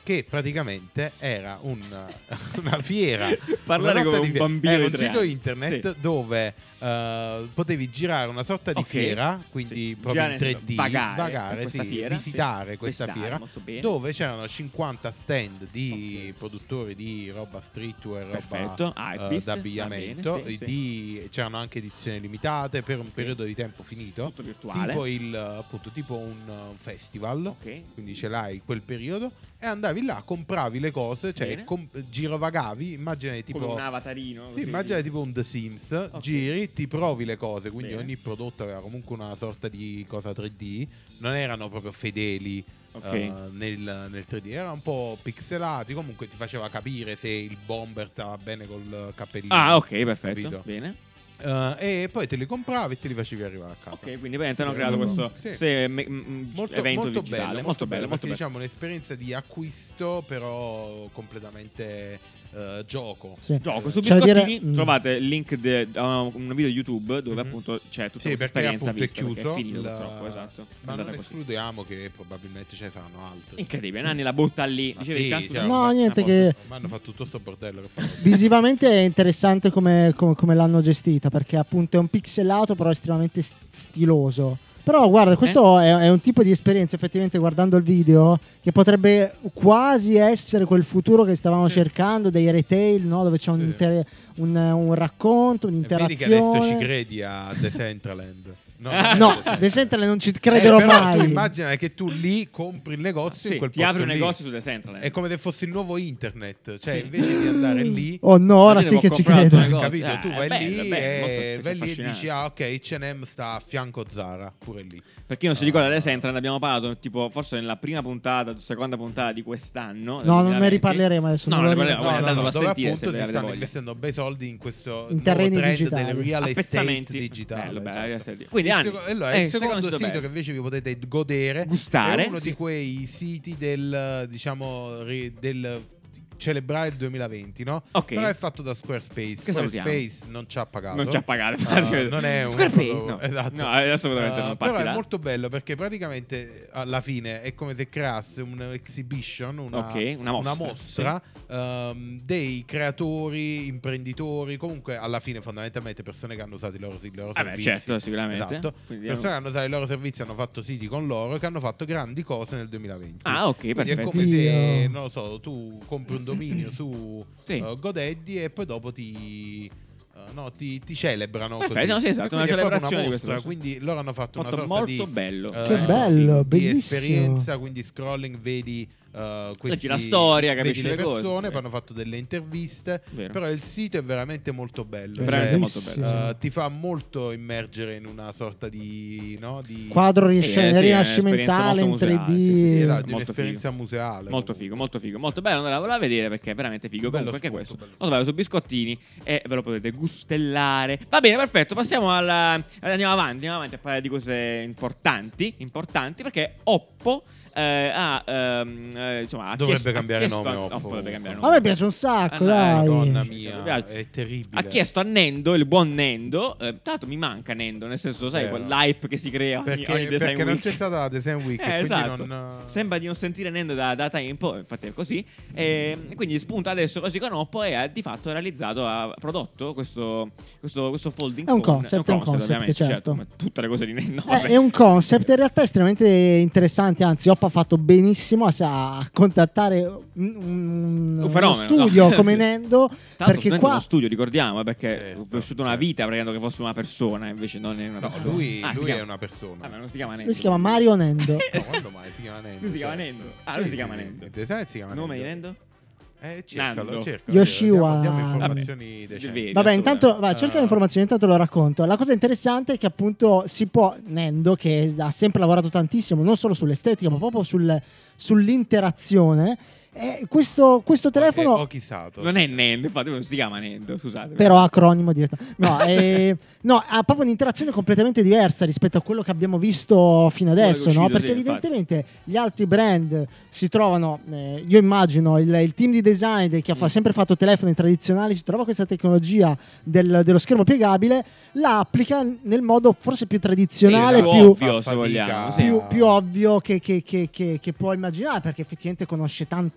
che praticamente era un, una fiera, parlare una come un di fiera. bambino Era di un tre sito anni. internet Sì. dove uh, potevi girare una sorta di Ok. fiera, quindi Sì. proprio Girare in tre nel D, senso, vagare vagare, in questa sì, fiera, visitare sì. questa Visitare, fiera, molto bene. dove c'erano cinquanta stand di produttori di roba streetwear, Perfetto. roba Ah, uh, hypebeast, va d'abbigliamento, bene, sì, sì. di- c'erano anche edizioni limitate per un periodo di tempo finito, Tutto virtuale. tipo il appunto tipo un uh, festival, Ok. quindi ce l'hai quel periodo e andavi là, compravi le cose, cioè Bene. com- girovagavi, immagini tipo Come un avatarino. sì, così. immagina tipo un The Sims, giri, ti provi le cose, quindi Bene. ogni prodotto aveva comunque una sorta di cosa tre D, non erano proprio fedeli Ok. eh, nel, nel tre D, erano un po' pixelati, comunque ti faceva capire se il bomber stava bene col cappellino. Ah, ok, perfetto. capito? Bene. Eh, e poi te li compravi e te li facevi arrivare a casa. Ok, quindi veramente hanno Eh, creato no, questo sì. se- me- m- Molto, evento molto digitale. bello, molto bello, molto perché bello. diciamo un'esperienza di acquisto però completamente eh, gioco. Sì. Gioco su Cioè, Biscottini dire- mm. trovate il link de- a un video YouTube dove Mhm. appunto c'è tutta Sì, questa perché esperienza appunto è vista, perché chiuso, è finito il- purtroppo, esatto. È ma andata non così. escludiamo che probabilmente ce ne saranno altri. Incredibile, Nanni la butta lì. Ma Dicevi sì, cazzo, cioè, No, ormai- niente a posto. che Ma hanno fatto tutto sto bordello che fanno. visivamente è interessante come, come- come l'hanno gestita, perché appunto è un pixelato però estremamente st- stiloso. Però guarda, questo è, è un tipo di esperienza effettivamente guardando il video che potrebbe quasi essere quel futuro che stavamo Sì. cercando, dei retail, no? Dove c'è un, Sì. inter- un, un racconto, E vedi che adesso ci un'interazione. credi a Decentraland. No, No, Decentraland non ci crederò Eh, però mai. tu immagina che tu lì compri il negozio Sì, in quel ti apri un posto lì. negozio su Decentraland. È come se fosse il nuovo internet, cioè Sì. invece di andare lì, Oh no, ora Così sì può che ci comprare il tuo credo. negozio. capito? Eh, Tu è vai bello, lì è bello, molto e vai lì e affascinante. dici ah ok, H and M sta a fianco Zara, pure lì. Per chi non si ricorda, Decentraland abbiamo parlato tipo forse nella prima puntata, seconda puntata di quest'anno. del No, non ne duemilaventi. riparleremo adesso. No, non ne lo riparleremo. ricordo. Poi andatelo a dove sentire, appunto se si avete stanno voglia. investendo bei soldi in questo In nuovo terreni trend digitali. del real estate Appezzamenti. digitale. Bello, bello, esatto. real estate. Quindi il, Anni, seco- allora, eh, il il secondo secondo sito sito bello. che invece vi potete godere Gustare, è uno sì. di quei siti del diciamo ri- del celebrare il duemilaventi, no? Ok. Però è fatto da Squarespace. Che salutiamo. Squarespace non ci ha pagato. Non ci ha pagato. Ah, non è un Squarespace, proprio- no. esatto. No, assolutamente Ah, non però partirà. è molto bello perché praticamente alla fine è come se creasse un exhibition, una, Ok, una mostra, mostra, ehm, dei creatori, imprenditori, comunque alla fine fondamentalmente persone che hanno usato i loro, i loro Ah beh, servizi. certo, sicuramente. Esatto. Quindi è Persone un- che hanno usato i loro servizi, hanno fatto siti con loro e che hanno fatto grandi cose nel duemilaventi. Ah, ok, Quindi è perfetto. come se, Dio. non lo so, tu compri un dominio su Sì. eh, Godaddy e poi dopo ti, eh, no, ti, ti celebrano. Perfetto, così. no, sì, esatto, E quindi una è proprio celebrazione di mostra, queste cose. quindi loro hanno fatto, Fatto una sorta molto di bello. eh, Che bello, di bellissimo. esperienza, quindi scrolling vedi eh, questi, Leggi la storia, vedi capisci le le cose. persone, Sì. poi hanno fatto delle interviste, Vero. però il sito è veramente molto bello. Veramente cioè, molto bello. Bellissimo. eh, ti fa molto immergere in una sorta di, no, di Quadro Sì, eh, rinasc- sì, è rinascimentale in un'esperienza tre molto D. museale, sì, sì, sì, esatto, di molto un'esperienza museale. Molto figo, molto figo, molto bello. Andatevelo a vedere perché è veramente figo. Bello Comunque anche spunto, questo bello lo trovate su Biscottini e ve lo potete gustellare. Va bene, perfetto. Passiamo alla. Andiamo avanti, andiamo avanti a parlare di cose importanti. Importanti perché Oppo. Eh, ha, ehm, eh, insomma, ha Dovrebbe chiesto, cambiare ha chiesto nome, a- Oppo. dovrebbe cambiare A nome. me piace un sacco, Ah, dai. Madonna Mi mia, piace. è terribile. Ha chiesto a Nendo, il buon Nendo. Eh, tanto mi manca Nendo, nel senso, sai, Vero. quell'hype che si crea ogni, perché, ogni design perché non week. c'è stata la Design Week, Eh, quindi esatto. non, Sembra di non sentire Nendo da, da tempo, infatti è così. E quindi spunta adesso così con Oppo e ha di fatto realizzato, ha prodotto questo, questo, questo folding È un phone. concept, è un concept, ovviamente, certo. come tutte le cose di Nendo. Eh, è un concept in realtà estremamente interessante, anzi Oppo ha fatto benissimo a, a contattare un, un- Un fenomeno, uno studio no? come Nendo, perché qua qua uno studio, ricordiamo, eh, perché Certo, ho vissuto una certo. vita prendendo che fosse una persona, invece non è una No, persona. lui, Ah, si lui chiama- è una persona. Ah, ma non si chiama Nendo. lui si chiama Mario Nendo. No, quando mai si chiama Nendo? Lui si chiama certo. Nendo. Ah, lui si chiama Nendo. Il design si chiama Nome di Nendo. Nendo? Eh, cercalo, Nando. cercalo. Yoshiwa. Diamo, diamo Vabbè. informazioni decenti. Vedi, Vabbè, intanto assolutamente. va, cerca Ah. le informazioni, intanto lo racconto. La cosa interessante è che appunto si può, Nendo, che ha sempre lavorato tantissimo, non solo sull'estetica, ma proprio sul- sull'interazione, eh, questo, questo telefono... Ho chisato. Non è Nendo, infatti non si chiama Nendo, scusate. Però acronimo di no, eh, no, ha proprio un'interazione completamente diversa rispetto a quello che abbiamo visto fino Quello che è adesso, uscito, no? sì, Perché infatti. evidentemente gli altri brand si trovano, eh, io immagino il, il team di design che ha fa- Mm. sempre fatto telefoni tradizionali, si trova questa tecnologia del- dello schermo piegabile, la applica nel modo forse più tradizionale, Sì, più più, ovvio, fa se vogliamo, fatica sì. più, più ovvio che, che, che, che, che può immaginare, perché effettivamente conosce tanta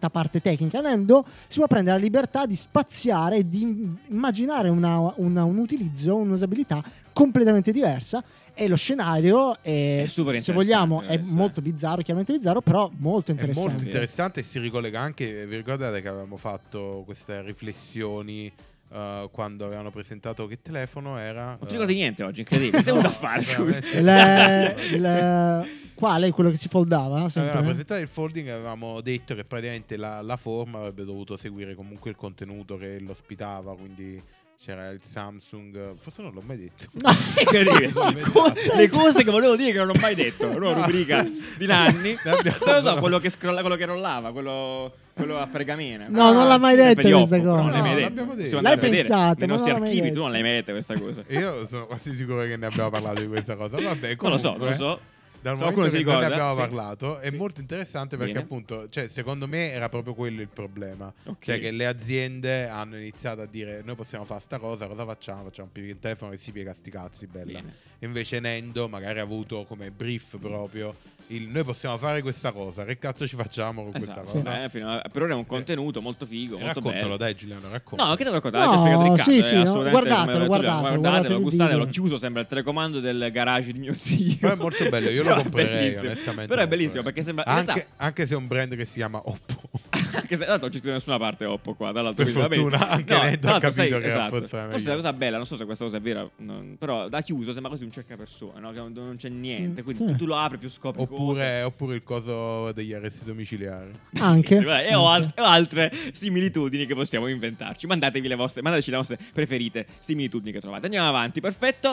la parte tecnica. Nendo si può prendere la libertà di spaziare e di immaginare una, una, un utilizzo, un'usabilità completamente diversa. E lo scenario è, È super se vogliamo, è interessante, molto bizzarro, chiaramente bizzarro, però molto È interessante. molto interessante e si ricollega anche, vi ricordate che avevamo fatto queste riflessioni uh, quando avevano presentato che telefono era? Non ti ricordi niente oggi, incredibile. Sei No, venuto a fare, scusa. veramente. Il, il, quale? Quello che si foldava? Sempre? Avevamo presentato il folding e avevamo detto che praticamente la, la forma avrebbe dovuto seguire comunque il contenuto che lo ospitava, quindi c'era il Samsung, forse non l'ho mai detto. Incredibile. Le cose che volevo dire che non ho mai detto. Una rubrica di Nanni. Ne abbiamo Non lo so, parlato. quello che scrolla, quello che rollava, quello, quello a pergamena. No, Ah, non l'ha mai sì, detto Per questa Ioppo, però cosa. non l'hai mai No, detto. l'abbiamo detto. Siamo L'hai andati a vedere pensato, nei ma nostri non l'hai archivi, detto. tu non l'hai mai detta questa cosa. Io sono quasi sicuro che ne abbiamo parlato di questa cosa. Vabbè, Non lo so, comunque, non lo so. Dal Se momento qualcuno si che noi ne ricorda, abbiamo sì. parlato è Sì. molto interessante perché Bene. appunto, cioè, secondo me era proprio quello il problema. Ok. Cioè che le aziende hanno iniziato a dire noi possiamo fare sta cosa, cosa facciamo? Facciamo un telefono che si piega sti cazzi, bella. Bene. Invece Nendo magari ha avuto come brief proprio il noi possiamo fare questa cosa, che cazzo ci facciamo con Esatto, questa cosa? sì, eh, fino a- per ora è un contenuto molto figo, E molto raccontalo bello. dai Giuliano, racconta. No, che devo raccontare? No, L'ha già spiegato Riccardo, sì, è sì, no, assolutamente guardatelo, come- guardatelo, guardatelo, guardatevi il gustate, video. l'ho chiuso, sembra il telecomando del garage di mio zio. Però è molto bello, io lo Però è comprerei, bellissimo. onestamente Però è lo bellissimo comprerei. perché sembra in Anche, realtà anche se è un brand che si chiama Oppo. anche se tra l'altro non c'è scritto da nessuna parte Oppo qua, dall'altro Per quindi va bene. fortuna, anche No, Nendo tra ha l'altro, capito sai, che esatto. Oppo sarà Forse la meglio. cosa bella, non so se questa cosa è vera, non- però da chiuso sembra quasi un cercapersone, no? Che non, non c'è niente, Mm, quindi sì. più tu lo apri più scopri Oppure, oppure il coso degli arresti domiciliari. Anche. Sì, vabbè, e ho Anche. al- o altre similitudini che possiamo inventarci. Mandatevi le vostre, mandateci le vostre preferite similitudini che trovate. Andiamo avanti, perfetto.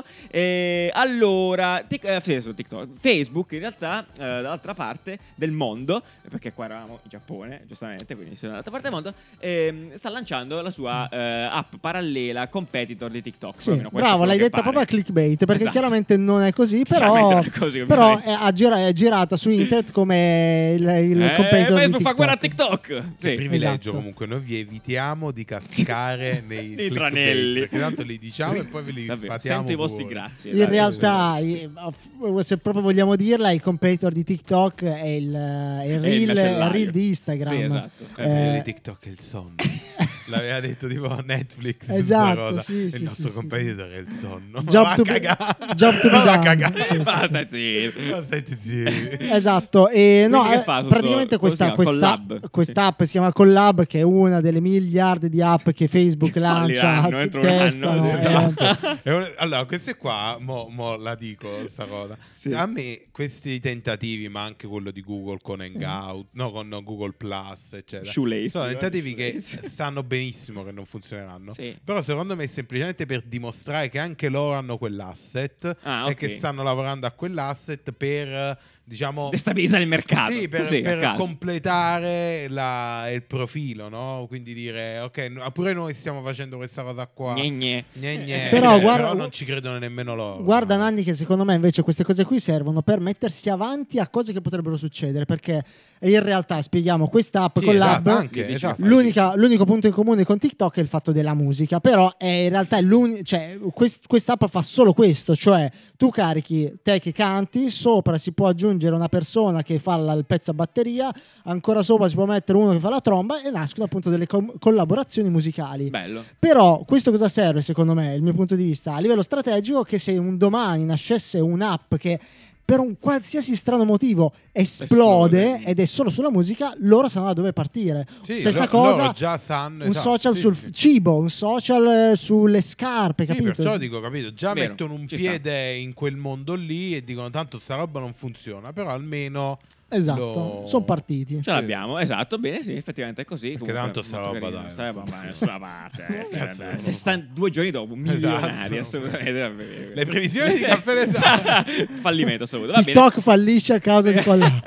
E allora, tic- eh, sì, su TikTok. Facebook in realtà, eh, dall'altra parte del mondo, perché qua eravamo in Giappone, giustamente, quindi siamo dall'altra parte del mondo, ehm, sta lanciando la sua eh, app parallela competitor di TikTok. Sì, Almeno questo è bravo, quello l'hai che detta pare. proprio a clickbait, perché Esatto. chiaramente non è così, però, Chiaramente non è così, però ovviamente. è, ha gira- è girata su internet come il, il Eh, competitor di Facebook fa TikTok. guerra a TikTok. Sì. Privilegio esatto. comunque, noi vi evitiamo di cascare nei Nei clickbait, tranelli. perché tanto li diciamo e poi ve li Davvero, fatiamo sento i vostri pure. grazie. In dai. realtà, i- se proprio vogliamo dirla, il competitor di TikTok è il, è il, È il reel, macellaio. il reel di Instagram. Sì, esatto. Eh, quello di Eh, TikTok è il sonno. L'aveva detto tipo Netflix. sta Esatto, cosa. sì, E sì, il nostro sì, competitor è il sonno. Job Ma to va a be- cagare. job to be Ma va a done. cagare. Sì, sì, Basta, zitto. Ma senti zitto. Esatto, e no, Quindi che eh, fa su praticamente sto- come si questa, chiama? questa, Collab? questa app si chiama Collab, che è una delle miliardi di app che Facebook Che lancia, falliranno entro un testano, anno. eh. Esatto. E un- allora, queste qua, mo, mo la dico sta cosa. Sì. A me questi tentativi, ma anche quello di Google con Hangout, no, con Google Plus, eccetera. Shoelace, sono guarda, tentativi che shoelace. sanno benissimo che non funzioneranno. Sì. Però secondo me è semplicemente per dimostrare che anche loro hanno quell'asset Ah, e ok. che stanno lavorando a quell'asset per, diciamo, Destabilizzare il mercato. sì, per, Così, a per caso. completare la- il profilo, no? Quindi dire, ok, no- pure noi stiamo facendo questa cosa qua. Gne, gne. Gne, gne. Però Eh, guarda- non ci credono nemmeno loro. Guarda no? Nanni, che secondo me invece queste cose qui servono per mettersi avanti a cose che potrebbero succedere, perché in realtà, spieghiamo, questa app Sì, Collab, esatto, anche, Dici- esatto. l'unica- l'unico punto in comune con TikTok è il fatto della musica, però è in realtà l'uni- cioè, quest- quest'app fa solo questo, cioè tu carichi te che canti, sopra si può aggiungere una persona che fa la- il pezzo a batteria, ancora sopra si può mettere uno che fa la tromba e nascono appunto delle com- collaborazioni musicali. Bello. Però questo cosa serve, secondo me, il mio punto di vista, a livello strategico, che se un domani nascesse un'app che per un qualsiasi strano motivo esplode, Esplode. ed è solo sulla musica, loro sanno da dove partire. Sì, Stessa lo- cosa, loro già sanno, un esatto, social sì, sul sì. cibo, un social eh, sulle scarpe, Sì, capito? perciò dico, capito? Già Vero, mettono un ci piede in quel mondo lì e dicono tanto sta roba non funziona, però almeno Esatto, lo- sono partiti. Ce l'abbiamo, esatto, bene, sì, effettivamente è così. Perché Comunque, tanto sta molto roba, carino. dai, Sta non roba fa- da nessuna parte. eh, Cazzo, sarebbe- non se fa- stanno due giorni dopo, milionari, Esatto. assolutamente. vabbè. Le previsioni di Caffè Design. Fallimento assoluto. Va bene. TikTok fallisce a causa di quella.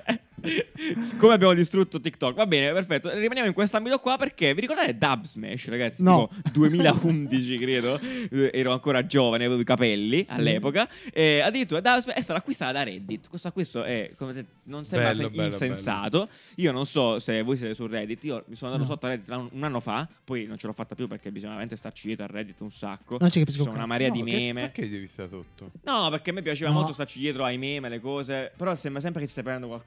Come abbiamo distrutto TikTok. Va bene, perfetto. Rimaniamo in quest'ambito qua perché vi ricordate Dub Smash, ragazzi? No. Tipo duemilaundici, credo. Eh, Ero ancora giovane, avevo i capelli all'epoca. E addirittura Dub Smash è stata acquistata da Reddit. Questo acquisto è, come se- non sembra Bello, sen- bello, insensato. Io non so se voi siete su Reddit. Io mi sono andato No. sotto a Reddit un, un anno fa. Poi non ce l'ho fatta più perché bisogna veramente starci dietro a Reddit un sacco. Non ci Ci capisco sono un una cazzo. marea No, di che- meme. Perché devi stare sotto? No, perché a me piaceva No. molto starci dietro ai meme, alle cose. Però sembra sempre che ti stai prendendo qualcosa su Reddit.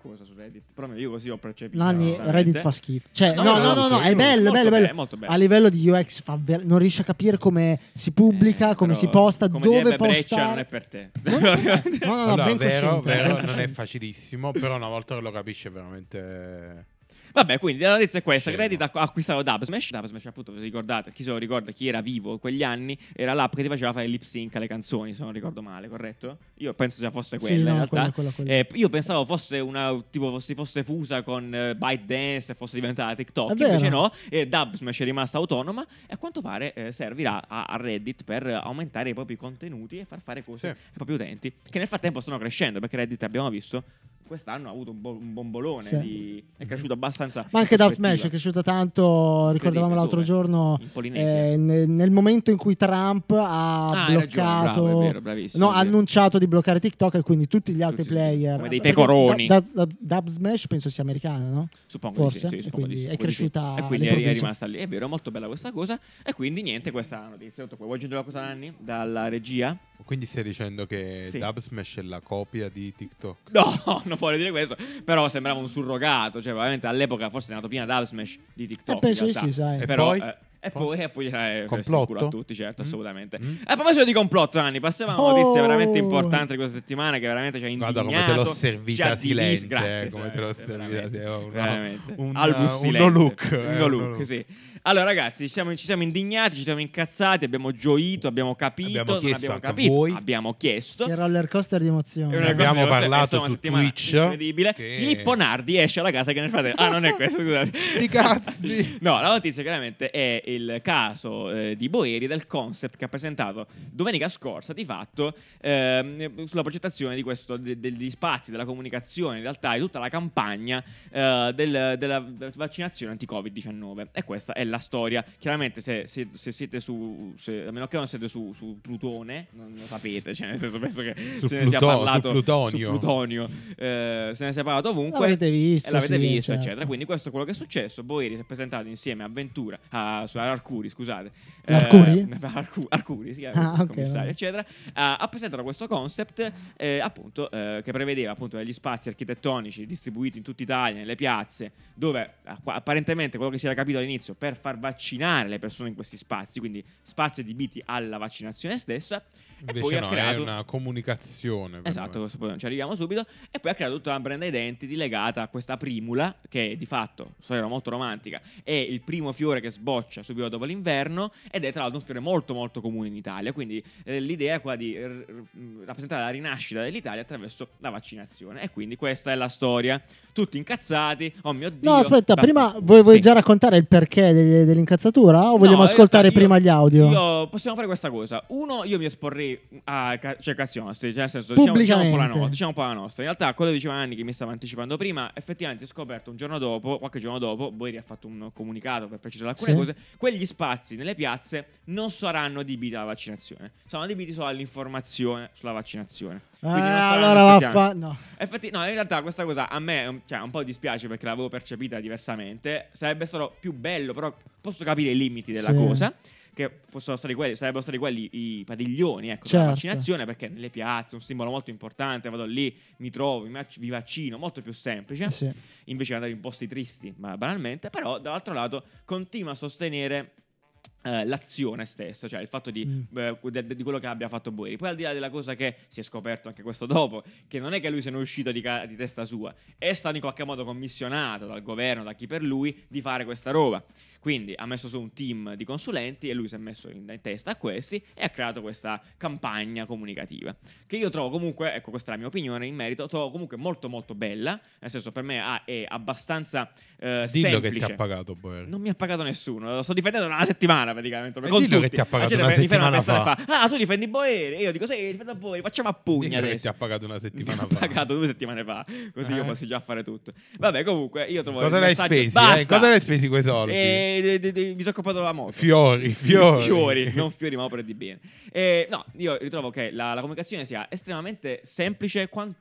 Reddit. Però io così ho percepito. Nanni, Reddit fa schifo. Cioè, no, No, no, no, no, no, no, sì, è bello, molto bello, bello, bello. molto bello. A livello di U X fa ver- non riesce a capire come si pubblica, Eh, come però, si posta, come dove direbbe Breccia, postare. non è per te. No, no, no, Allora, ben vero, cosciente, vero, ben non è cosciente. facilissimo, però una volta che lo capisci è veramente... Vabbè, quindi la notizia è questa: Scemo. Reddit ha acquistato Dubsmash. Dubsmash, appunto, se ricordate, chi se lo ricorda, chi era vivo in quegli anni, era l'app che ti faceva fare il lip sync alle canzoni, se non ricordo male, corretto? Io penso sia fosse quella, Sì, no, in realtà. quella, quella, quella. Eh, io pensavo fosse una, tipo, si fosse fusa con uh, ByteDance e fosse diventata TikTok, È vero. invece no, e Dubsmash è rimasta autonoma e a quanto pare eh, servirà a, a Reddit per aumentare i propri contenuti e far fare cose Sì. ai propri utenti, che nel frattempo stanno crescendo, perché Reddit, abbiamo visto, quest'anno ha avuto un, bo- un bombolone, Sì. di, è cresciuto abbastanza. Ma anche in Dubsmash prospettiva. è cresciuto tanto, ricordavamo l'altro Dove? giorno, In Polinesia. eh, nel, nel momento in cui Trump ha Ah, hai ragione, bloccato, bravo, è vero, bravissimo, no, è ha vero. annunciato di bloccare TikTok e quindi tutti gli altri Tutti- player. come dei Perché pecoroni. Da- da- da- Dubsmash penso sia americana, no? Suppongo Forse, di sì, e sì, suppongo di quindi sì, è suppongo di sì. cresciuta E quindi è, è all'improvviso. rimasta lì. È vero, è molto bella questa cosa. E quindi niente, questa notizia. Tutto qua. Vuoi aggiungere qualcosa, Nanni? Dalla regia? Quindi stai dicendo che Sì. Dubsmash è la copia di TikTok? No, non voglio dire questo. Però sembrava un surrogato. Cioè, veramente all'epoca forse è nato prima Dubsmash di TikTok. Eh, penso in di realtà. sì, sai. E Però, poi? eh, e Poi? poi, e poi eh, Complotto? il culo a tutti, certo, Mm. assolutamente. Mm. A proposito di complotto, Nanni, passiamo a una Oh. notizia veramente importante di questa settimana che veramente ci ha indignato. Guarda come te l'ho ci servita ha diviso. silente, Grazie, eh, come te l'ho veramente, servita, veramente, un- veramente. un- Albus un silente. no look, Un eh, no un look, no look. sì. Allora ragazzi, ci siamo, ci siamo indignati, ci siamo incazzati, abbiamo gioito, abbiamo capito, Abbiamo non chiesto abbiamo anche a capito, voi. abbiamo chiesto. Che roller coaster di È emozione. una Abbiamo cosa che- parlato insomma, una su settimana Twitch incredibile. che- Filippo Nardi esce alla casa che nel frattempo. Ah, non è questo, scusate. Sti cazzi. No, la notizia chiaramente è il caso eh, di Boeri, del concept che ha presentato domenica scorsa, di fatto, ehm, sulla progettazione di questo, de- degli spazi, della comunicazione, in realtà di tutta la campagna eh, del- della vaccinazione anti-covid diciannove. E questa è la storia. Chiaramente se, se- se siete su, se- a meno che non siete su, su Plutone, non lo sapete, cioè nel senso penso che Su se ne sia Pluto- parlato su Plutonio. su Plutonio, eh, se ne sia parlato ovunque. L'avete visto, E l'avete sì, visto, certo. eccetera. Quindi questo è quello che è successo. Boeri si è presentato insieme a Ventura, a, su Arcuri, scusate. Arcuri? Eh, Arcu- Arcuri, si chiama, Ah, il ok, commissario, vabbè. eccetera. Ha, ha presentato questo concept, eh, appunto, eh, che prevedeva appunto degli spazi architettonici distribuiti in tutta Italia, nelle piazze, dove acqu- apparentemente quello che si era capito all'inizio, per far vaccinare le persone in questi spazi, quindi spazi adibiti alla vaccinazione stessa. E Invece poi ha no, creato è una comunicazione. per Esatto, noi. questo poi non ci arriviamo subito. E poi ha creato tutta una brand identity legata a questa primula, che di fatto, storia molto romantica, è il primo fiore che sboccia subito dopo l'inverno ed è tra l'altro un fiore molto molto comune in Italia. Quindi eh, l'idea è quella di r- r- rappresentare la rinascita dell'Italia attraverso la vaccinazione. E quindi questa è la storia. Tutti incazzati, oh mio Dio. No, aspetta, Beh, prima vuoi, vuoi sì. già raccontare il perché degli- dell'incazzatura o vogliamo No, in ascoltare realtà prima io- gli audio? Io possiamo fare questa cosa. Uno, io mi esporrei a ca- cercazione, cioè nel senso, diciamo, diciamo un po' la Pubblicamente. no- diciamo un po' la nostra. In realtà, quello che diceva Anni che mi stava anticipando prima, effettivamente si è scoperto un giorno dopo, qualche giorno dopo, Boeri ha fatto un comunicato per precisare alcune Sì. cose. Quegli spazi nelle piazze non saranno adibiti alla vaccinazione, sono adibiti solo all'informazione sulla vaccinazione. Eh, Quindi non saranno allora va a effettivamente- fa... No. Effetti- no, in realtà questa cosa a me um, cioè, un po' dispiace perché l'avevo percepita diversamente. Sarebbe stato più bello, però posso capire i limiti della Sì. cosa. Che possono stare quelli, sarebbero stati quelli i padiglioni, ecco, Certo. della vaccinazione, perché nelle piazze è un simbolo molto importante. Vado lì, mi trovo, mi, vac- vi vaccino, molto più semplice. Sì. Invece di andare in posti tristi, ma banalmente. Però, dall'altro lato, continua a sostenere eh, l'azione stessa, cioè il fatto di, Mm. eh, de- de- di quello che abbia fatto Boeri. Poi al di là della cosa che si è scoperto anche questo dopo, che non è che lui se ne è uscito di, ca- di testa sua, è stato in qualche modo commissionato dal governo, da chi per lui, di fare questa roba. Quindi ha messo su un team di consulenti e lui si è messo in, in testa a questi e ha creato questa campagna comunicativa che io trovo comunque, ecco questa è la mia opinione in merito, trovo comunque molto molto bella, nel senso per me ah, è abbastanza eh, Dillo semplice. che ti ha pagato Boeri. Non mi ha pagato nessuno, lo sto difendendo da una settimana praticamente. E con dillo che tutti. ti ha pagato La una gente mi ferma settimana a pensare e fa, ah, tu difendi Boeri? E io dico, sì, difendo Boeri, facciamo a pugna Dillo che adesso. ti ha pagato una settimana Mi ha fa. pagato due settimane fa, così Eh. io posso già fare tutto. Vabbè, comunque, io trovo Cosa il l'hai messaggio- spesi? Basta! Eh? Cosa l'hai spesi quei soldi? E, de- de- de- mi sono comprato la moto. Fiori, fiori. Fiori, non fiori, ma opere di bene. E, no, io ritrovo che la, la comunicazione sia estremamente semplice quanto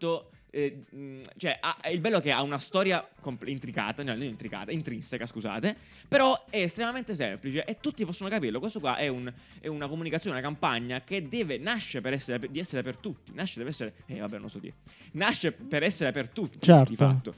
eh, mh, cioè, ha, è il bello che ha una storia compl- intricata, no, non intricata, intrinseca, scusate, però è estremamente semplice e tutti possono capirlo. Questo qua è, un, è una comunicazione, una campagna che deve nasce per essere di essere per tutti, nasce deve essere, eh vabbè non so dire, nasce per essere per tutti, certo. di fatto.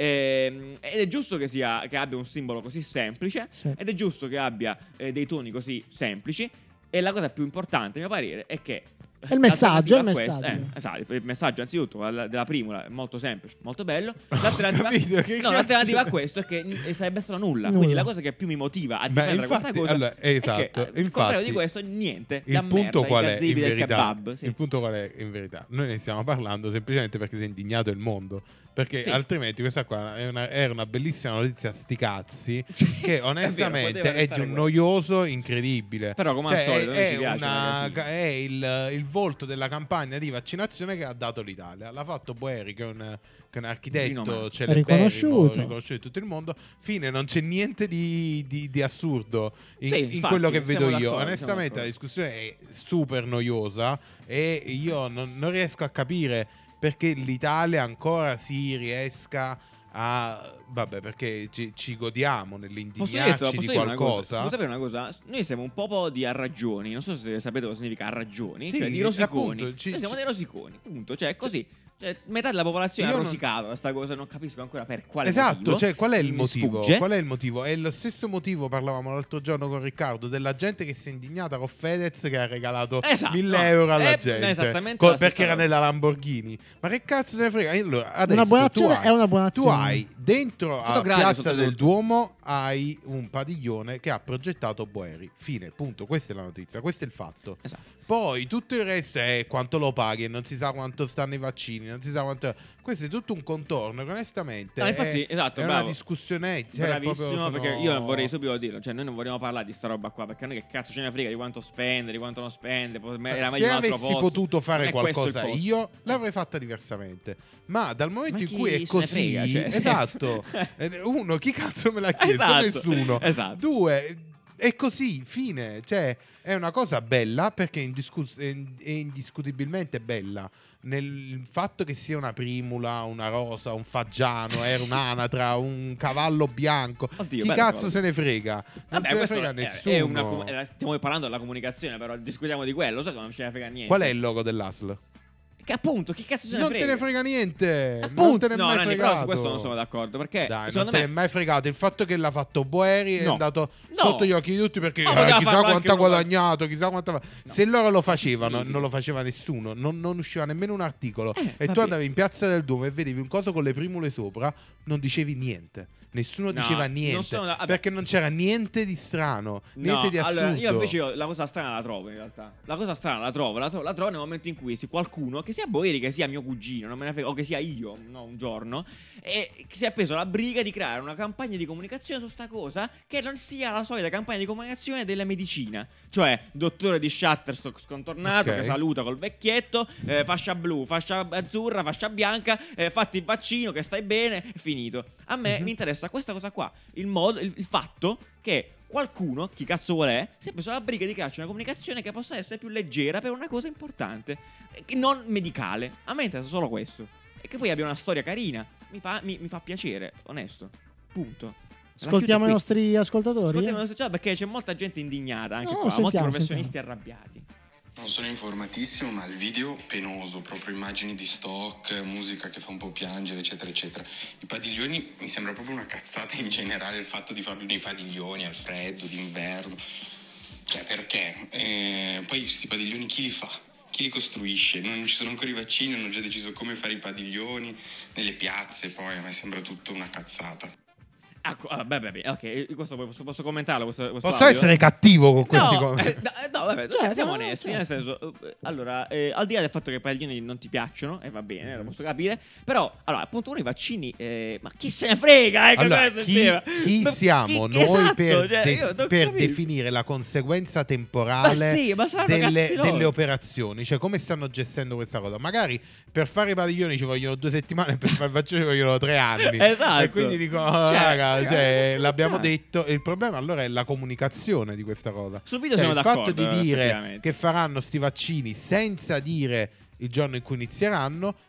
Eh, ed è giusto che sia che abbia un simbolo così semplice, sì. ed è giusto che abbia eh, dei toni così semplici. E la cosa più importante, a mio parere, è che è il messaggio, è il questo, messaggio. Eh, esatto, il messaggio anzitutto della prima è molto semplice, molto bello. L'alternativa, capito, che no, l'alternativa a questo è che n- sarebbe stato nulla. Nulla. Quindi la cosa che più mi motiva a difendere infatti, questa cosa allora, esatto, è che al infatti, contrario di questo niente. il la punto merda, qual i è in gazzibi del verità? kebab, sì. Il punto qual è in verità? Noi ne stiamo parlando semplicemente perché si è indignato il mondo. Perché Sì. altrimenti questa qua è una, era una bellissima notizia sti cazzi Sì, che è onestamente vero, è, di poteva un restare noioso incredibile. Però come Cioè, al solito è, noi ci è piace una- una casina. è il, il volto della campagna di vaccinazione che ha dato l'Italia. L'ha fatto Boeri, che è un, che è un architetto Rinomato. celeberrimo, Riconosciuto. riconosciuto in tutto il mondo. Fine, non c'è niente di, di- di assurdo in, Sì, in infatti, quello che vedo siamo io. d'accordo, Onestamente siamo la discussione è super noiosa e io non, non riesco a capire perché l'Italia ancora si riesca a... Vabbè, perché ci, ci godiamo Posso, nell'indignarci dirti- posso di dire una cosa? qualcosa. Posso sapere una cosa? Noi siamo un popolo di arraggioni. Non so se sapete cosa significa arraggioni. Sì, cioè di rosiconi. appunto, ci- Noi siamo ci- dei rosiconi. Punto. Cioè, così. Cioè, metà della popolazione Io ha non- rosicato da sta cosa. Non capisco ancora per quale Esatto, motivo. cioè qual è il Mi motivo? sfugge. Qual è il motivo? È lo stesso motivo, parlavamo l'altro giorno con Riccardo, della gente che si è indignata con Fedez che ha regalato Esatto. mille euro alla È gente esattamente co- la stessa perché era roba. nella Lamborghini. Ma che cazzo te ne frega? Allora, adesso Una buona tu azione hai- è una buona Tu azione. hai dentro a Fotogrammi Piazza del soprattutto. Duomo hai un padiglione che ha progettato Boeri. Fine, punto. Questa è la notizia, questo è il fatto. Esatto. Poi tutto il resto è quanto lo paghi e non si sa quanto stanno i vaccini, non si sa quanto... Questo è tutto un contorno che onestamente No, infatti, è, esatto, è una bravo. discussione. Cioè, Bravissimo, proprio sono- perché io vorrei subito dirlo. Cioè, noi non vogliamo parlare di sta roba qua. Perché a noi che cazzo ce ne frega di quanto spende, di quanto non spende. po- me- Era meglio Se un altro avessi posto. potuto Non fare è questo il qualcosa posto. io l'avrei fatta diversamente. Ma dal momento Ma in chi cui è se ne così, frega, cioè, sì. esatto. eh, Uno, chi cazzo me l'ha chiesto? Esatto, Nessuno. esatto. Due, è così, fine. Cioè, è una cosa bella perché è, indiscus- è in- è indiscutibilmente bella. Nel fatto che sia una primula, una rosa, un faggiano, era un'anatra, un cavallo bianco. Oddio, Chi bella cazzo cosa. se ne frega? Non Vabbè, se ne questo frega è- nessuno. è una com- eh, stiamo parlando della comunicazione, però discutiamo di quello. So che non ce ne frega niente. Qual è il logo dell'A S L? Che appunto, chi cazzo se ne Non frega? te ne frega niente. Non Appunto, te ne è no, mai Nanni, fregato. però su questo non sono d'accordo. Perché Dai, non secondo te me ne è mai fregato. Il fatto che l'ha fatto Boeri è No. andato No. sotto gli occhi di tutti perché Ma eh, poteva chissà farlo quanto ha anche uno guadagnato, chissà quanto ha... Se loro lo facevano, significa? non lo faceva nessuno, non, non usciva nemmeno un articolo. Eh, e tu vabbè. andavi in Piazza del Duomo e vedevi un coso con le primule sopra, non dicevi niente. Nessuno No, diceva non niente sono da- vabbè. perché non c'era niente di strano, niente No, di assurdo. allora, io invece io la cosa strana la trovo in realtà. La cosa strana la trovo, la, tro- la trovo nel momento in cui se qualcuno, che sia Boeri, che sia mio cugino, non me ne frega, o che sia io, no, un giorno, e che si è preso la briga di creare una campagna di comunicazione su sta cosa che non sia la solita campagna di comunicazione della medicina. Cioè, dottore di Shutterstock scontornato Ok. che saluta col vecchietto, eh, fascia blu, fascia azzurra, fascia bianca, eh, fatti il vaccino, che stai bene, è finito. A me Mhm. mi interessa questa cosa qua, il modo, il, il fatto che qualcuno, chi cazzo vuole è, si è preso la briga di crearci una comunicazione che possa essere più leggera per una cosa importante, e non medicale. A me interessa solo questo. E che poi abbia una storia carina. Mi fa, mi, mi fa piacere, onesto. Punto. La Ascoltiamo i chiudo qui. nostri ascoltatori. Ascoltiamo i nostri- cioè, perché c'è molta gente indignata anche No, qua, molti sentiamo, professionisti arrabbiati. Non sono informatissimo, ma il video penoso, proprio immagini di stock, musica che fa un po' piangere, eccetera, eccetera. I padiglioni mi sembra proprio una cazzata in generale, il fatto di farli nei padiglioni al freddo, d'inverno. Cioè, perché? Eh, poi questi padiglioni chi li fa? Chi li costruisce? Non ci sono ancora i vaccini, hanno già deciso come fare i padiglioni nelle piazze, poi a me sembra tutto una cazzata. Ah, co- ah, beh, beh, beh, ok, questo posso, posso commentarlo. Questo, questo Posso audio? essere cattivo con questi No, com- eh, no, no, vabbè, Cioè, cioè, siamo no, onesti. cioè. Nel senso, eh, allora, eh, al di là del fatto che i padiglioni non ti piacciono, e va bene, lo posso capire. Però, allora, appunto, uno i vaccini, eh, ma chi se ne frega? Ecco, Allora, questo è il chi, tema. chi Ma siamo chi- noi esatto, per, cioè, des- io non per capisco. definire la conseguenza Ma temporale sì, ma saranno delle, cazzi loro. delle operazioni? Cioè, come stanno gestendo questa cosa? Magari per fare i padiglioni ci vogliono due settimane e per fare il vaccino ci vogliono tre anni. Esatto. E quindi dico, oh, Cioè, raga, raga, cioè, che l'abbiamo puttana. detto. Il problema allora è la comunicazione di questa cosa. Sul video Cioè, siamo il fatto d'accordo, di eh, dire effettivamente. che faranno sti vaccini senza dire il giorno in cui inizieranno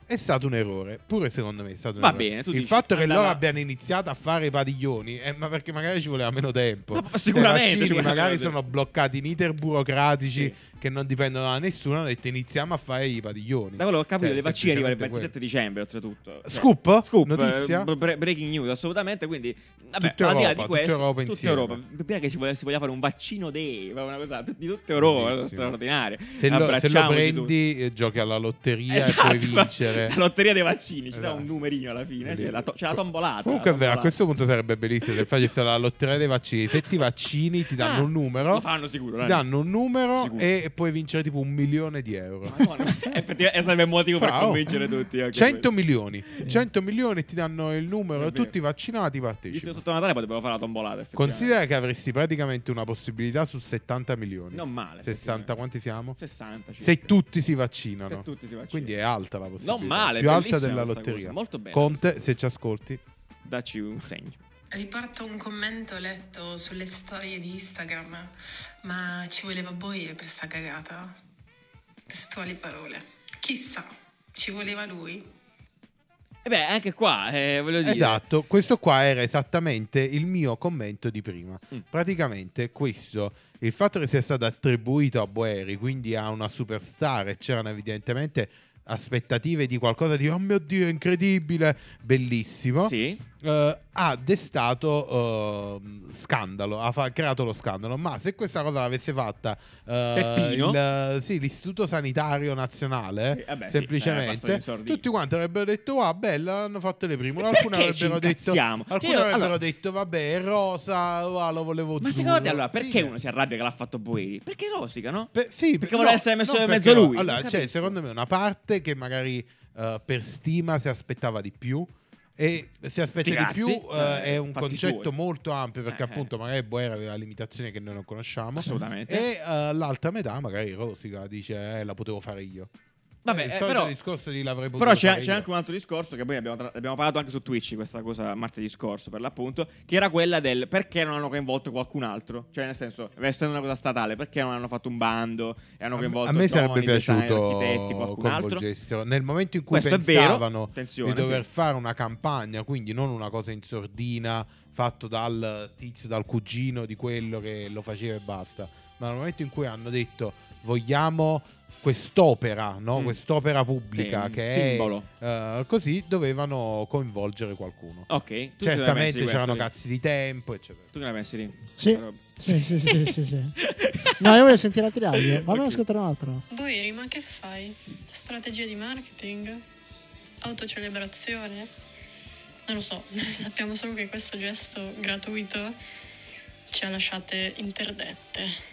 È stato un errore, pure secondo me è stato un Va errore. bene, tu Il dici, fatto che andava- loro abbiano iniziato a fare i padiglioni è ma perché magari ci voleva meno tempo. Ma- ma sicuramente I vaccini ci voleva magari meno sono tempo. bloccati in iter burocratici Sì. che non dipendono da nessuno. Hanno detto iniziamo a fare i padiglioni. Da quello che ho capito, Cioè, le vaccine arrivano il semplicemente ventisette dicembre, oltretutto. Cioè, Scoop? Scoop, Notizia? eh, bre- breaking news, assolutamente. Quindi, vabbè, Tutta al di là Europa, di tutta questo, Europa tutta insieme. Europa. Prima che ci voglia, si voglia fare un vaccino day, una cosa di tutta Europa, Bellissimo. straordinaria. Se lo, se lo Abbracciamoci prendi, eh, giochi alla lotteria Esatto, e puoi vincere. la lotteria dei vaccini, ci dà Esatto. un numerino alla fine, Sì. c'è la, to- c'è la tombolata. Comunque è la vero, a tombolata. questo punto sarebbe bellissimo se facessero la lotteria dei vaccini. Se ti vaccini ti danno Ah, un numero. Lo fanno sicuro, Ti dai. danno un numero Sicuro. e puoi vincere tipo un milione di euro. Madonna, effettivamente sarebbe un motivo per Fa, oh. convincere tutti. anche cento questo. milioni. cento milioni ti danno il numero, È vero. tutti vaccinati Visto partecipano. che sotto Natale potrebbero fare la tombolata. effettivamente. Considera che avresti praticamente una possibilità su settanta milioni. Non male. sessanta, quanti siamo? sessanta. circa. Se tutti si vaccinano. Se tutti si vaccinano. Quindi è alta la possibilità. Non male, più alta bellissima della questa lotteria. cosa, molto bene. Conte, se ci ascolti. Dacci un segno. Riporto un commento letto sulle storie di Instagram, ma ci voleva Boire per sta cagata? Testuali parole. Chissà, ci voleva lui? E beh, anche qua, eh, voglio dire. Esatto, questo qua era esattamente il mio commento di prima. Mm. Praticamente questo, il fatto che sia stato attribuito a Boeri, quindi a una superstar, e c'erano evidentemente aspettative di qualcosa di oh mio Dio, incredibile, bellissimo. Sì. eh, ha destato eh, scandalo, ha fa- creato lo scandalo. Ma se questa cosa l'avesse fatta eh, Peppino? il- sì, l'Istituto Sanitario Nazionale, Sì, vabbè, sì, semplicemente, sarebbe bastato in sordina. tutti quanti avrebbero detto ah bella, hanno fatto le prime. E Alcune perché ci avrebbero detto, incazziamo? alcune Io- avrebbero allora- detto vabbè è rosa, ah, lo volevo Ma azzurro. secondo te allora perché Fine. uno si arrabbia che l'ha fatto Boeri? Perché rosica, no? Per- sì, Perché no, vuole essere messo non in perché mezzo no. lui. Allora, Non c'è capisco. secondo me una parte che magari eh, per stima si aspettava di più. E si aspetta Sti di cazzi. più eh, Eh, è un fatti concetto suoi. molto ampio perché Eh, appunto magari Boer aveva limitazioni che noi non conosciamo. Assolutamente. E eh, l'altra metà magari rosica, dice eh, la potevo fare io. Vabbè, Eh, il eh, solito però- discorso di l'avrei potuto Però c'è, fare c'è io. anche un altro discorso che poi abbiamo, tra- abbiamo parlato anche su Twitch, questa cosa martedì scorso per l'appunto, che era quella del perché non hanno coinvolto qualcun altro. Cioè nel senso, essendo una cosa statale, perché non hanno fatto un bando e hanno A me- coinvolto a me sarebbe giovani designer, piaciuto architetti, qualcun altro. coinvolgessero nel momento in cui Questo è vero. pensavano Attenzione, di dover sì. fare una campagna, quindi non una cosa in sordina fatto dal tizio, dal cugino di quello che lo faceva e basta, ma nel momento in cui hanno detto vogliamo quest'opera, no? Mm. quest'opera pubblica Sì, un che simbolo. è eh, così, dovevano coinvolgere qualcuno. Ok, tu che ne pensi Certamente di c'erano questo? cazzi di tempo, eccetera. Tu che ne pensi di Sì. questa roba? Sì, sì, sì, sì, sì, sì. No, io voglio sentire altri audio. Fammi Ok. ascoltare un altro. Boeri, ma che fai? Strategia di marketing? Autocelebrazione? Non lo so, sappiamo solo che questo gesto gratuito ci ha lasciate interdette.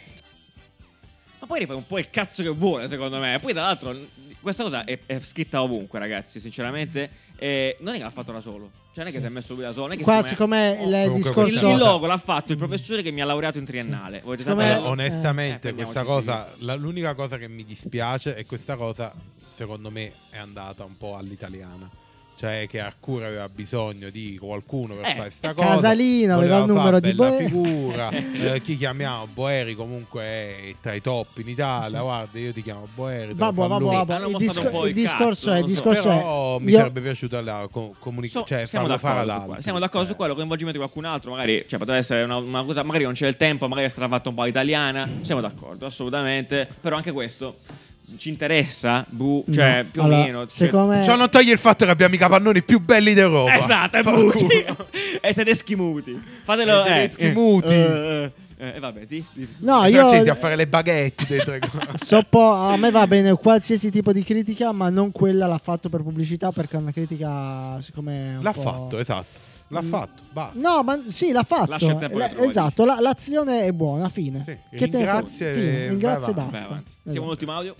Ma poi rifai un po' il cazzo che vuole, secondo me. Poi, tra l'altro, questa cosa è, è scritta ovunque, ragazzi, sinceramente. E non è che l'ha fatto da solo. Cioè, non è che si è messo lui da solo. Non è che Qua, siccome- siccome il Comunque il, discorso. il logo l'ha fatto il professore che mi ha laureato in triennale. Volete Siccome- saperlo? Eh, Onestamente, eh, questa prendiamoci cosa, la- l'unica cosa che mi dispiace è questa cosa, secondo me, è andata un po' all'italiana. Cioè che Arcuri aveva bisogno di qualcuno per Eh, fare sta e cosa. Casalino aveva il voleva numero fare di bella Boeri. figura. eh, chi chiamiamo? Boeri comunque è tra i top in Italia. Sì. Guarda, io ti chiamo Boeri. te lo Vabbè, fa vabbè, lui. Sì, vabbè. hanno Il, mostrato disco- un po' il il discorso cazzo, è: il non so. discorso Però è. mi io- sarebbe piaciuto la co- comunica- So- cioè, siamo farlo fare ad d'accordo su qua. altri. Siamo d'accordo su Eh. quello, coinvolgimento di qualcun altro, magari, cioè, potrebbe essere una, una cosa, magari non c'è il tempo, magari è stata fatta un po' italiana. Siamo d'accordo, assolutamente. Però anche questo ci interessa, bu, cioè, No, più allora, o meno. cioè- Siccome. Ciò non toglie il fatto che abbiamo i capannoni più belli d'Europa. Esatto, è Fa muti. culo. E tedeschi muti. Fatelo. E tedeschi eh, muti. Eh, eh, eh, vabbè, sì. sì. No, I io. francesi a fare le baguette dentro i- So po', a me va bene qualsiasi tipo di critica, ma non quella l'ha fatto per pubblicità, perché è una critica, siccome è un L'ha po'- fatto, esatto. L'ha Mm. fatto, basta. No, ma sì, l'ha fatto. Lascia il tempo che La- trova, esatto, la- l'azione è buona, fine. Sì, Che te ne ringrazia frega? e Fine, ringrazia e vai basta. Vai avanti. Esatto. Mettiamo un ultimo audio.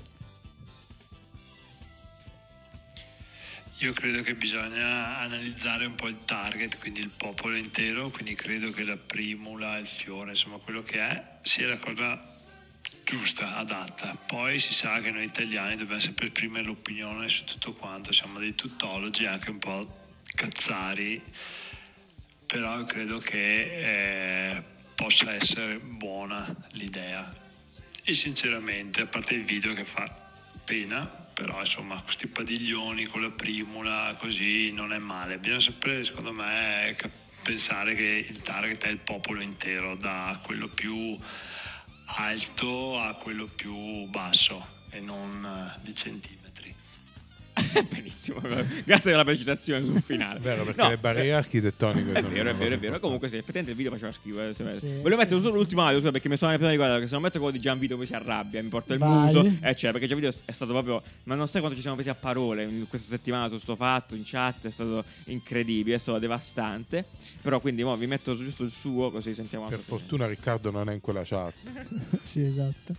Io credo che bisogna analizzare un po' il target, quindi il popolo intero, quindi credo che la primula, il fiore, insomma quello che è, sia la cosa giusta, adatta. Poi si sa che noi italiani dobbiamo sempre esprimere l'opinione su tutto quanto, siamo dei tuttologi, anche un po' cazzari, però credo che eh, possa essere buona l'idea. E sinceramente, a parte il video che fa pena, però insomma questi padiglioni con la primula così non è male. Bisogna sempre, secondo me, cap- pensare che il target è il popolo intero, da quello più alto a quello più basso e non eh, di centimetri. Benissimo, grazie per la precisazione sul finale. Vero, perché No, le barriere architettoniche È sono vero, è una vero, è cosa vero. Comunque sì, effettivamente il video faceva schifo. Eh, se- Sì, Volevo sì, mettere solo sì. l'ultimo audio scusa, perché mi sono appena ricordato che se non metto quello di Gianvito poi si arrabbia, mi porta il Vai. muso. Eh, cioè, perché Gianvito è stato proprio. Ma non sai quanto ci siamo presi a parole in questa settimana su sto fatto, in chat, è stato incredibile, è stato devastante. Però quindi mo vi metto giusto il suo, così sentiamo. Per anche- fortuna Riccardo non è in quella chat. Sì, esatto.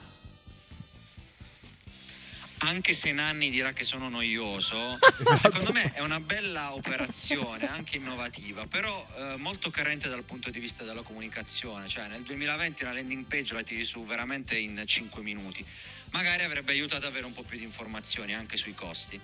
Anche se Nanni dirà che sono noioso, secondo me è una bella operazione, anche innovativa, però eh, molto carente dal punto di vista della comunicazione. Cioè nel duemilaventi una landing page la tiri su veramente in cinque minuti. Magari avrebbe aiutato ad avere un po' più di informazioni anche sui costi.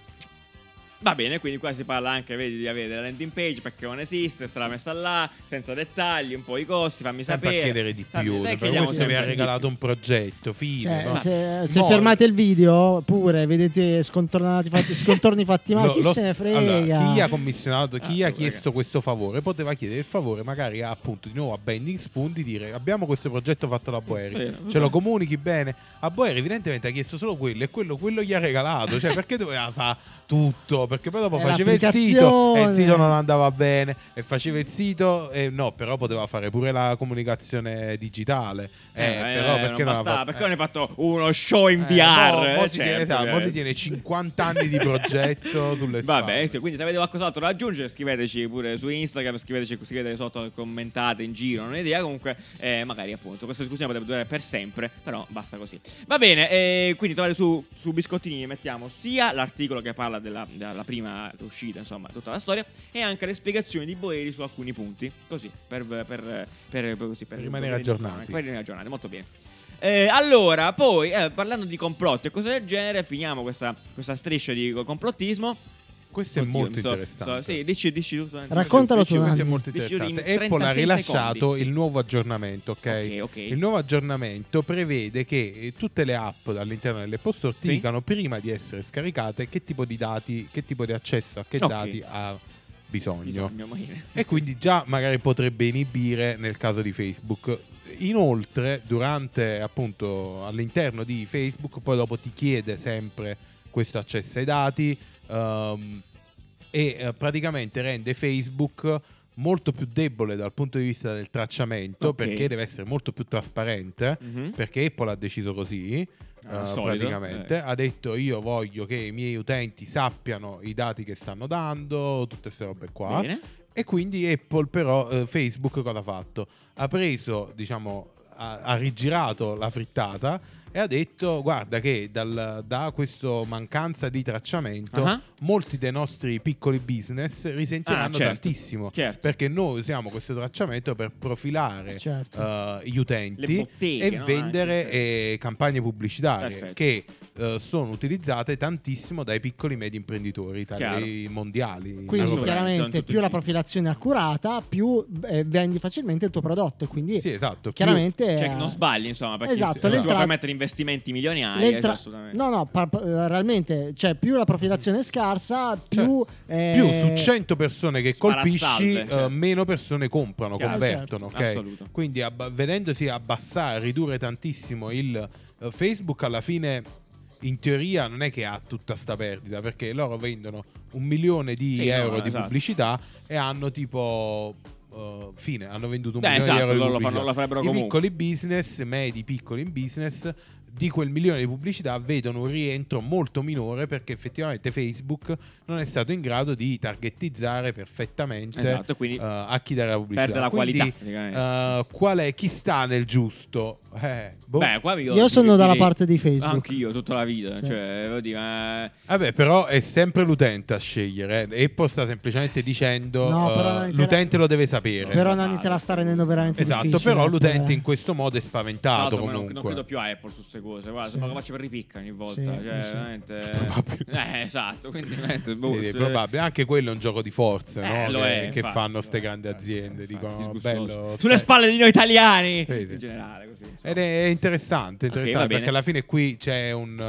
Va bene, quindi qua si parla anche, vedi, di avere la landing page perché non esiste, sarà messa là, senza dettagli, un po' i costi, fammi Sempre sapere. a chiedere di Fammi- più. sai, Per chiediamo questo vi ha sempre di regalato più. un progetto, fine. Cioè, no? se, se Mo- fermate il video pure vedete scontornati fatti, scontorni fatti male, Lo- chi lo- se ne frega? allora, chi ha commissionato, chi Ah, ha perché? chiesto questo favore poteva chiedere il favore magari a, appunto di nuovo a Bending Spoon di dire abbiamo questo progetto fatto da Boeri, Sì, ce lo comunichi bene. A Boeri evidentemente ha chiesto solo quello e quello, quello gli ha regalato, cioè perché doveva fare tutto, perché poi dopo È faceva il sito e il sito non andava bene e faceva il sito e no, però poteva fare pure la comunicazione digitale. Eh, Eh, però eh, perché non non ha bastava, fatto- perché non hai fatto uno show in Eh, V R? mo- mo eh, si tiene, certo, esatto, mo eh. si tiene cinquanta anni di progetto sulle spalle. Vabbè, sì, quindi se avete qualcos'altro da aggiungere scriveteci pure su Instagram, scriveteci, scrivete sotto, commentate in giro, non ho idea. Comunque eh, magari appunto questa discussione potrebbe durare per sempre, però basta così. Va bene, eh, quindi trovate su, su Biscottini mettiamo sia l'articolo che parla della, della prima uscita, insomma tutta la storia, e anche le spiegazioni di Boeri su alcuni punti, così per, per, per, per, così, per rimanere per- aggiornati. per rimanere aggiornati, molto bene. Eh, allora, poi eh, parlando di complotti e cose del genere, finiamo questa, questa striscia di complottismo. Questo è Oddio, molto mi so- interessante. so- sì, dici, dici tutto. Raccontalo dici- tu, Questo è Nanni. molto Dici in interessante. Apple ha trentasei rilasciato secondi, sì. il nuovo aggiornamento, ok? Ok, ok. Il nuovo aggiornamento prevede che eh, tutte le app all'interno dell'Apple Store ti Sì. dicano prima di essere scaricate che tipo di dati, che tipo di accesso a che Ok. dati ha bisogno. Bisogno, ma- E quindi già magari potrebbe inibire nel caso di Facebook. Inoltre, durante appunto all'interno di Facebook, poi dopo ti chiede sempre questo accesso ai dati ehm, e eh, praticamente rende Facebook molto più debole dal punto di vista del tracciamento, Ok. perché deve essere molto più trasparente, Mhm. perché Apple ha deciso così. Al eh, solito, praticamente eh. ha detto io voglio che i miei utenti sappiano i dati che stanno dando, tutte queste robe qua. Bene. E quindi Apple però, eh, Facebook cosa ha fatto? Ha preso, diciamo, ha, ha rigirato la frittata e ha detto guarda che dal- da questa mancanza di tracciamento Ah. molti dei nostri piccoli business risentiranno Ah, certo. tantissimo, Certo. perché noi usiamo questo tracciamento per profilare Certo. eh, gli utenti Le botteghe, e no? vendere Anche, eh, campagne pubblicitarie Perfetto. che eh, sono utilizzate tantissimo dai piccoli e medi imprenditori italiani mondiali. Quindi Assolutamente, chiaramente tanto più la tutto. profilazione è accurata, più eh, vendi facilmente il tuo prodotto. Quindi Sì, esatto. più- chiaramente Cioè, eh, che non sbagli, insomma, perché Esatto, non si può l'entra- permettere investimenti milionari. l'entra- eh, assolutamente. no, no, pa- pa- realmente, cioè, più la profilazione è scarsa, più, eh, più su cento persone che colpisci, Sparasalve, eh, certo. meno persone comprano, Chiaro, convertono. certo, ok? assoluto. Quindi abba- vedendosi abbassare, ridurre tantissimo il eh, Facebook, alla fine in teoria non è che ha tutta sta perdita, perché loro vendono un milione di Sì, no, euro di esatto. pubblicità e hanno tipo eh, fine, hanno venduto un Beh, milione esatto, di euro di loro lo pubblicità. fanno- lo farebbero I comunque. piccoli business, medi piccoli in business, di quel milione di pubblicità vedono un rientro molto minore, perché effettivamente Facebook non è stato in grado di targetizzare perfettamente Esatto, quindi eh, a chi dare la pubblicità. perde la Quindi, qualità, praticamente. eh, qual è chi sta nel giusto? Eh, boh. Beh, qua io, io sono direi- dalla parte di Facebook. Anch'io, tutta la vita. Sì. Cioè, voglio dire, ma- Vabbè, però è sempre l'utente a scegliere. eh. Apple sta semplicemente dicendo No, eh, però Nanni, te la- l'utente lo deve sapere. Però Nanni te la sta rendendo veramente Esatto, difficile. però l'utente eh. in questo modo è Tra spaventato l'altro, ma non, comunque. non credo più a Apple su queste cose. Guarda, Sì. sembra che faccia per ripicca ogni volta. Sì, cioè, sì. veramente. Probabile. Eh, esatto. Quindi, veramente, Sì, boh, sì, se- probabile. Anche quello è un gioco di forze, Eh, no? lo che, è, che infatti, fanno lo ste è, grandi infatti, aziende. infatti, Dicono disgustoso. bello. Sulle stai- spalle di noi italiani. Sì, sì. In generale, così. insomma. Ed è interessante, Ok, va interessante bene. perché alla fine qui c'è un,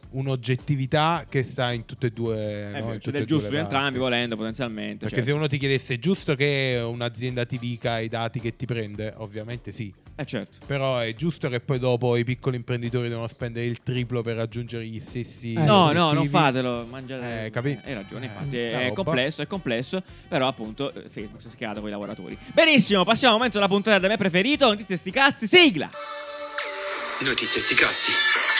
un'oggettività che sta in tutte e due. È no? vero, In c'è tutte del e due giusto le di entrambi, parti. volendo potenzialmente. Perché certo. se uno ti chiedesse, è giusto che un'azienda ti dica i dati che ti prende? Ovviamente sì. Eh certo. Però è giusto che poi dopo i piccoli imprenditori devono spendere il triplo per raggiungere gli stessi Eh, No, obiettivi. no, non fatelo, mangiate. Eh, capi- Hai ragione, eh, infatti, la è, è roba. complesso, è complesso, però appunto eh, Facebook si è schierato con i lavoratori. Benissimo, passiamo al momento della puntata da me preferito, notizie sti cazzi, sigla. Notizie sti cazzi.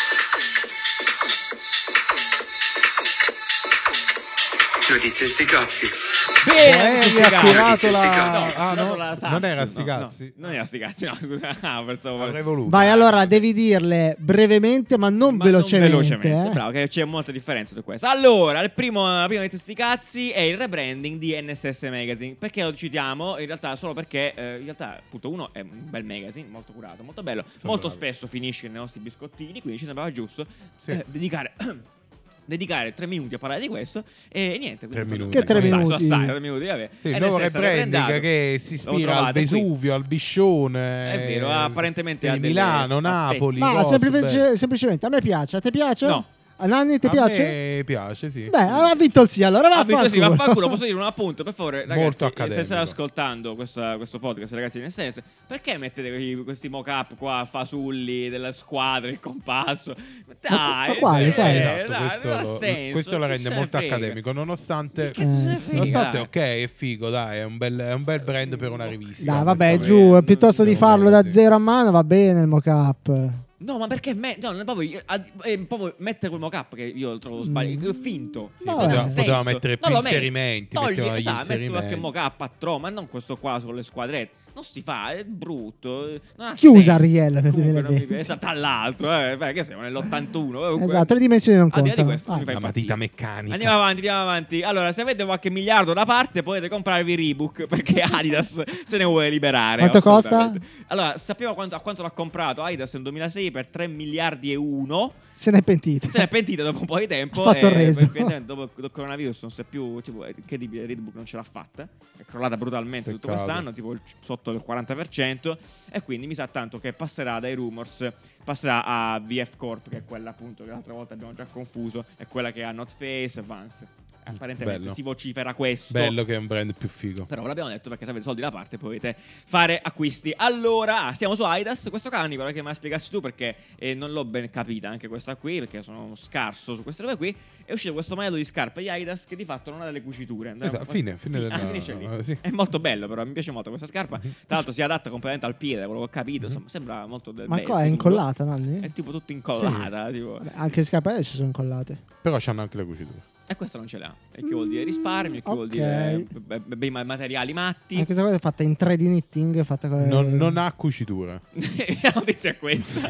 Notizie sti cazzi. Bene, Eh, notizie sti hai cazzi. accurato la- No, Ah, non no? la Sass, Non era no, sti cazzi? no, non era sti cazzi, no, scusa. Ah, pensavo Avrei voluto. Vai, allora devi dirle brevemente, ma non Ma velocemente. non velocemente, eh. bravo, che c'è molta differenza su questo. Allora, il primo, la prima di questi cazzi è il rebranding di N S S Magazine. Perché lo citiamo? In realtà solo perché, eh, in realtà, appunto, uno è un bel magazine, molto curato, molto bello. Sono molto bravi. spesso finisce nei nostri biscottini, quindi ci sembrava giusto Sì. eh, dedicare... dedicare tre minuti a parlare di questo e niente. Tre quindi- minuti. Che tre Assai, minuti? assai, tre minuti, vabbè. Sì, il N S S nuovo l'abbiamo rebranding prendato. che si Lo ispira al trovate qui. Vesuvio, al Biscione. È vero, apparentemente di ha delle Milano, fattezze. Napoli. Ma cose, semplice- beh. semplicemente a me piace, a te piace? No. A Nanni ti A piace? me piace, sì. Beh, ha vinto il sì, allora Ah, vinto sì, vaffanculo. vaffanculo. Posso dire un appunto, per favore, ragazzi, Molto se accademico. state ascoltando questa- questo podcast, ragazzi, nel senso, perché mettete quei- questi mock-up qua, fasulli della squadra, il compasso? Dai, ma quali, eh, quali? dai, Esatto, non questo, ha lo, senso, questo lo chi rende se ne molto frega? accademico, nonostante, Che cazzo se ne Eh, frega? nonostante ok, è figo, dai, è un bel, è un bel brand per una rivista. Dai, vabbè, onestamente. giù, piuttosto di Devo farlo dire, da sì. zero a mano va bene il mock-up. No, ma perché me- no, non è proprio, io- ad- è proprio mettere quel mock-up che io lo trovo sbagliato, che è finto. Sì, Vabbè. Non ha poteva, senso. poteva mettere più Non lo metto. inserimenti, Togli, metteva gli esatto, metti inserimenti. qualche mock-up a tro, ma non questo qua sulle squadrette. Non si fa, è brutto. Non ha Chiusa senso. Ariel nel Comunque non mi duemilaventi. piace. Esatto, all'altro, eh, beh, che siamo nell'ottantuno. eh, comunque- Esatto, le dimensioni non Al di là di contano. questo, non mi fa Ah. La impazzire. matita meccanica. Andiamo avanti, andiamo avanti. Allora, se avete qualche miliardo da parte, potete comprarvi Reebok perché Adidas se ne vuole liberare. Quanto costa? assolutamente. Allora, sappiamo quanto, a quanto l'ha comprato Adidas nel duemilasei per tre miliardi e uno. Se n'è pentito. Se n'è pentita dopo un po' di tempo. Ha fatto il e reso. evidentemente dopo il coronavirus non si è più. Tipo, è incredibile, Reebok non ce l'ha fatta. È crollata brutalmente tutto Peccato. quest'anno, tipo il- sotto il quaranta per cento. E quindi mi sa tanto che passerà dai rumors, passerà a V F Corp, che è quella appunto che l'altra volta abbiamo già confuso. È quella che ha Not Face e Vans. Apparentemente Bello. si vocifera questo. Bello che è un brand più figo. Però l'abbiamo detto perché se avete soldi da parte potete fare acquisti. Allora, ah, stiamo su Adidas. Questo cani, vorrei che me la spiegassi tu perché eh, non l'ho ben capita anche questa qui, perché sono scarso su queste robe qui. È uscito questo modello di scarpe di Adidas che di fatto non ha delle cuciture. Esatto, fine, fine Ah, della- finisce lì. eh, sì. È molto bello però, mi piace molto questa scarpa. Tra l'altro si adatta completamente al piede, quello che ho capito. Insomma, sembra molto del Ma bel, qua è sicuro. incollata, Nanni? È tipo tutto incollata. Tipo. Vabbè, anche le scarpe adesso sono incollate. Però c'hanno anche le cuciture. E questa non ce l'ha. E che vuol dire risparmio, che vuol ok. dire eh, be- bei ma- materiali matti. Anche questa cosa è fatta in tre D knitting, fatta con Non, non ha cuciture. La notizia è questa.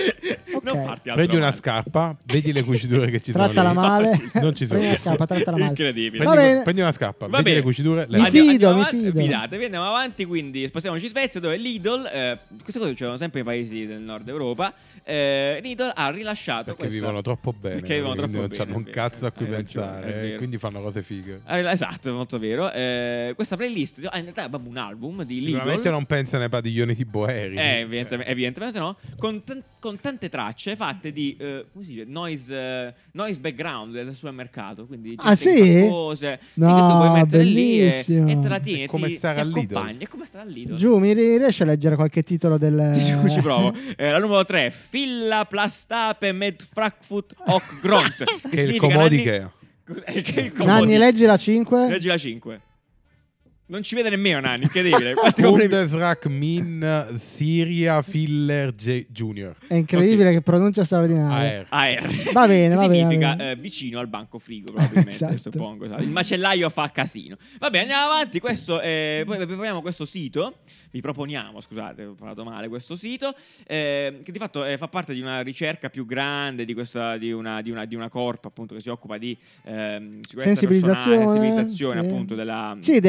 Non farti altro Prendi una male. scarpa, vedi le cuciture che ci Trattala sono. lì. male. Non ci sono. Prendi la scarpa, trattala male. Incredibile. Va Prendi, bene. prendi una scarpa, Va vedi bene. le cuciture. Le Mi Andiamo- fido, andiamo mi avanti- fido. Fidatevi, andiamo avanti. Quindi spostiamoci in Svezia, dove Lidl, eh, queste cose succedono sempre nei paesi del nord Europa. Eh, Lidl ha rilasciato Perché questa- vivono troppo bene. Perché vivono quindi troppo non bene, hanno un è vero. cazzo a cui Hai ragione, è pensare. vero. Quindi fanno cose fighe. Ah, esatto, è molto vero. Eh, questa playlist ah, in realtà è proprio un album di Sicuramente Lidl. non pensano ai padiglioni di Boeri. Eh, evidentemente, evidentemente no. Con, tan- con tante tracce fatte di eh, come si dice? Noise, eh, noise background del supermercato. Quindi gente Ah, sì? che fa cose. Sì, No, che tu puoi mettere lì e, bellissimo. e te la tieni. È come ti, stare ti al Lidl. accompagni. È come stare al Lidl. Giù, mi ri- riesci a leggere qualche titolo del... Ci, ci provo. Eh, la numero tre, Filla Plastape med Frankfurt och Gront. Che è il comodi che è. È il- che è il comodi. Nanni, leggi la cinque. Leggi la cinque. Non ci vede nemmeno Nanni, incredibile. Quanti problemi- Bundesrat Min Siria Filler J- Junior. È incredibile che pronuncia straordinaria. A R. A R. Va bene, Che va bene, significa va bene. eh, vicino al banco frigo, probabilmente. Esatto. Suppongo. Sai. Il macellaio fa casino. Va bene, andiamo avanti. Questo, eh, poi vi proponiamo questo sito. Vi proponiamo, scusate, ho parlato male, questo sito. eh, che di fatto eh, fa parte di una ricerca più grande di, questa, di, una, di, una, di una corp, appunto, che si occupa di ehm, sicurezza Sensibilizzazione, personale, sensibilizzazione, sì. appunto, della. Sì, delle, anche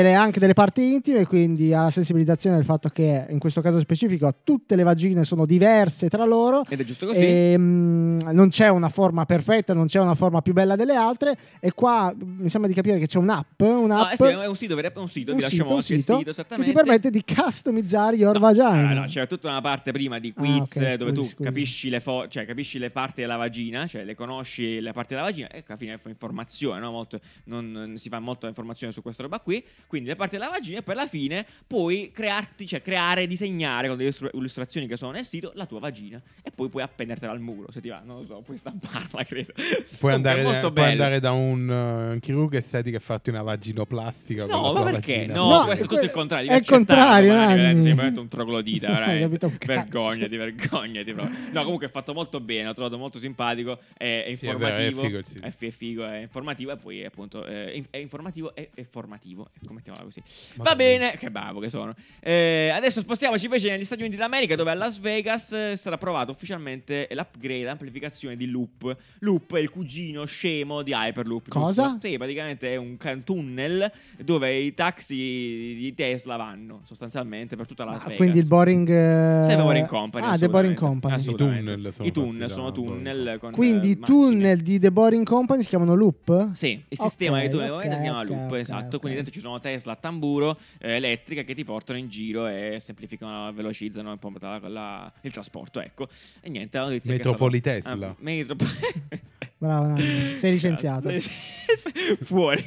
delle parti intime, quindi ha la sensibilizzazione del fatto che in questo caso specifico tutte le vagine sono diverse tra loro. Ed è giusto così. E, mh, non c'è una forma perfetta, non c'è una forma più bella delle altre. E qua mi sembra di capire che c'è un'app, un'app No, eh sì, è un sito, è un sito, un vi lasciamo sito, un anche il sito sito esattamente. che ti permette di customizzare your No, vagina. no, no, c'è tutta una parte prima di quiz Ah, ok, dove scusi, tu scusi. capisci le, fo- cioè, capisci le parti della vagina, cioè le conosci le parti della vagina e alla fine fa informazione, no? Molto, non, non si fa molta informazione su questa roba qui, quindi le parti della vagina e poi alla fine puoi crearti, cioè creare, disegnare con delle illustru- illustrazioni che sono nel sito la tua vagina e poi puoi appendertela al muro, se ti va, non lo so, puoi stamparla, credo. Puoi Comunque, andare, è molto puoi bello. andare da un, uh, un chirurgo estetico e farti una vaginoplastica. con No, la ma tua perché? vagina. No, No, questo è que- tutto il contrario. è il devi accettarlo, contrario, ma Nanni. Sei veramente un troglodita, Hai veramente. capito un cazzo. Vergognati, vergognati proprio. No, comunque è fatto molto bene, l'ho trovato molto simpatico, è, è Sì, è vero, è informativo, figo il sito. è, fi- è figo, è informativo e poi appunto è, è informativo e è formativo, ecco, mettiamola così. Ma Va va bene, che bravo che sono. Eh, adesso spostiamoci invece negli Stati Uniti d'America, dove a Las Vegas eh, sarà approvato ufficialmente l'upgrade, l'amplificazione di Loop. Loop è il cugino scemo di Hyperloop. Cosa? giusto? Sì, praticamente è un ca- tunnel dove i taxi di Tesla vanno sostanzialmente per tutta Las Ah, Vegas. quindi il Boring eh, Sì, The Boring Company. Ah, The Boring assolutamente, Company. assolutamente. I tunnel sono I tunnel fatti sono da tunnel Boring con Quindi eh, i macchine. tunnel di The Boring Company si chiamano Loop? Sì, il Ok, sistema di tunnel ok, si chiama ok, Loop, ok, esatto. ok. Quindi dentro ci sono Tesla a tamburo eh, elettriche che ti portano in giro e semplificano, velocizzano un po' la- la- il trasporto. Ecco. E niente, la notizia è che è Metropoli stato- Tesla. Ah, Metropoli Bravo Nanni, sei licenziato. Fuori.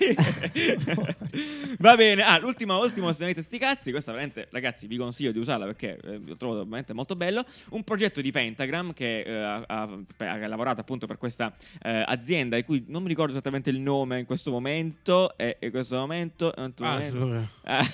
Va bene. Ah, l'ultima, ultima se ne avete sti cazzi. Questa veramente, ragazzi, vi consiglio di usarla perché eh, l'ho trovato veramente molto bello. Un progetto di Pentagram che eh, ha, ha- ha lavorato appunto per questa eh, azienda di cui non mi ricordo esattamente il nome in questo momento. E in questo momento. in questo Ah, momento- sì. Ah,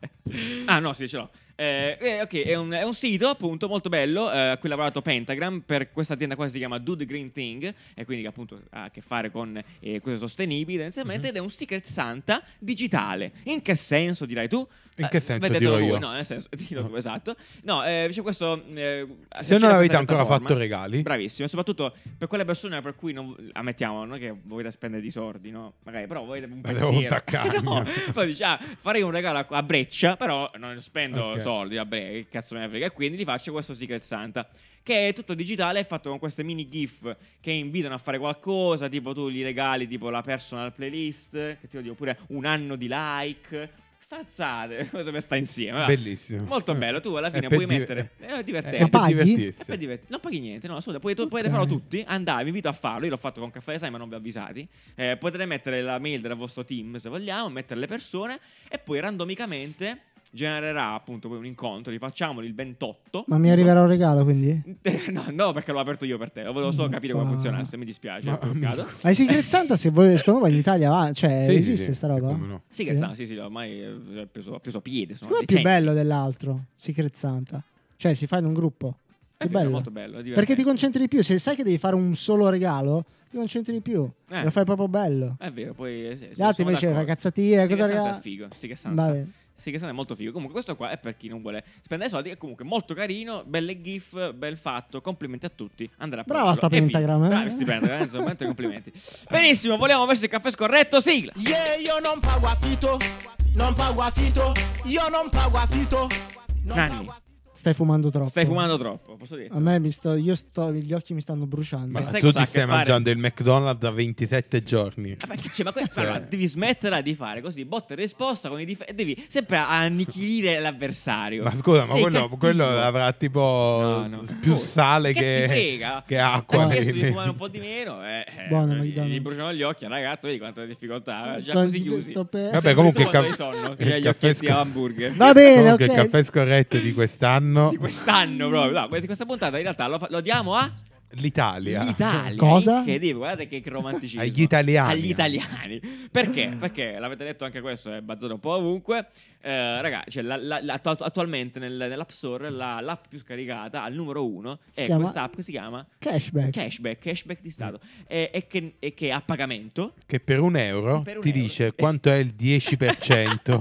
ah, no, sì, ce l'ho. Eh, eh, ok, è un, è un sito appunto molto bello eh, a cui ha lavorato Pentagram per questa azienda qua che si chiama Do the Green Thing e quindi che appunto ha a che fare con eh, cose sostenibili tendenzialmente Mhm. ed è un Secret Santa digitale. In che senso dirai tu? In che Eh, senso vedetelo dirò voi. io? No, nel senso, dillo tu, esatto. No, eh, c'è questo eh, Se non c'è avete questa ancora piattaforma. fatto regali, Bravissimo, e soprattutto per quelle persone per cui non ammettiamo, non è che volete spendere di soldi, no? Magari però volete un Ma devo pensiero. attaccarmi. No, poi dici, ah, farei un regalo a, a Breccia, però non spendo Ok. soldi a Breccia, che cazzo me ne frega. E quindi ti faccio questo Secret Santa, che è tutto digitale, è fatto con queste mini gif che invitano a fare qualcosa, tipo tu gli regali tipo la personal playlist, che ti dico pure un anno di like. Strazzate, cosa per sta insieme. va. bellissimo. Molto bello. Tu alla È fine per puoi div- mettere. È divertente. È per paghi? divertirsi. È per diverti- Non paghi niente, no, assolutamente. Puoi, tu- potete Ok. farlo tutti. Andai, vi invito a farlo. Io l'ho fatto con Caffè Design, ma non vi ho avvisati. Eh, potete mettere la mail del vostro team se vogliamo, mettere le persone e poi randomicamente genererà appunto poi un incontro. Li facciamoli il ventotto. Ma mi arriverà un regalo quindi? No, no, perché l'ho aperto io per te. Volevo solo Mm, capire come fa- funzionasse. Mi dispiace. Ma- peccato. Ma i Secret Santa se voi secondo voi in Italia va, cioè Sì, sì, esiste sì, sta sì, roba? come no. Sì, che sa, sì, sì, ormai eh, ha preso, ha preso piede. Sono Secondo me è più decenni. bello dell'altro, Secret Santa. Cioè si fa in un gruppo. È Più vero, bello. molto bello. è Perché ti divertente. concentri di più, se sai che devi fare un solo regalo, ti concentri di più. Eh. Lo fai proprio bello. È vero, poi eh, sì, Gli altri sono invece fai d'accordo. cazzatine, Sì, cosa che Sansa regala- è figo. Sì, che Sansa. Vabbè. Sì, che Sansa è molto figo. Comunque, questo qua è per chi non vuole spendere soldi. È comunque molto carino, belle gif, bel fatto. Complimenti a tutti. Andrà a Brava sta provarlo. È Pentagram, figo. eh. Bravi sti Pentagram, insomma, veramente complimenti. Benissimo, vogliamo verso il caffè scorretto. Sigla. Yeah, io non pago affitto, non pago affitto, io non pago affitto. non Nanni, pago affitto. Stai fumando troppo. stai fumando troppo, posso dire? A me mi sto, io sto, gli occhi mi stanno bruciando. Ma sai tu cosa ha ti a stai che fare? mangiando il McDonald's da ventisette giorni. Ah, perché c'è, ma que- Cioè- allora, devi smetterla di fare così, botta e risposta con i dif- e devi sempre annichilire l'avversario. Ma scusa, ma Sei quello, cattivo. quello avrà tipo No, no. più Oh, sale che che, ti frega? che acqua. Ha chiesto di nei- fumare un po' di meno, eh, eh, Buono, gli, McDonald's. gli bruciano gli occhi, ragazzo, vedi quanta difficoltà. eh, Già Sono così chiusi. sto per- Vabbè, comunque il, tu quando ca- hai sonno, il che hai gli caffè occhietti sco- a hamburger. Va bene, comunque ok. il caffè scorretto di quest'anno, Di quest'anno proprio. No, questa questa puntata in realtà lo, fa- lo diamo a l'Italia. l'Italia. Cosa? Incredibile, guardate che romanticismo. Agli italiani. Agli italiani. Perché? Perché l'avete detto anche questo, è bazzato un po' ovunque. Eh, ragazzi, cioè, la- la- la- attu- attualmente nel- nell'App Store la- l'app più scaricata al numero uno Si è chiama- questa app che si chiama Cashback. Cashback, cashback di Stato. E, e che, e che è a pagamento. Che per un euro Per un ti euro. dice quanto è il dieci per cento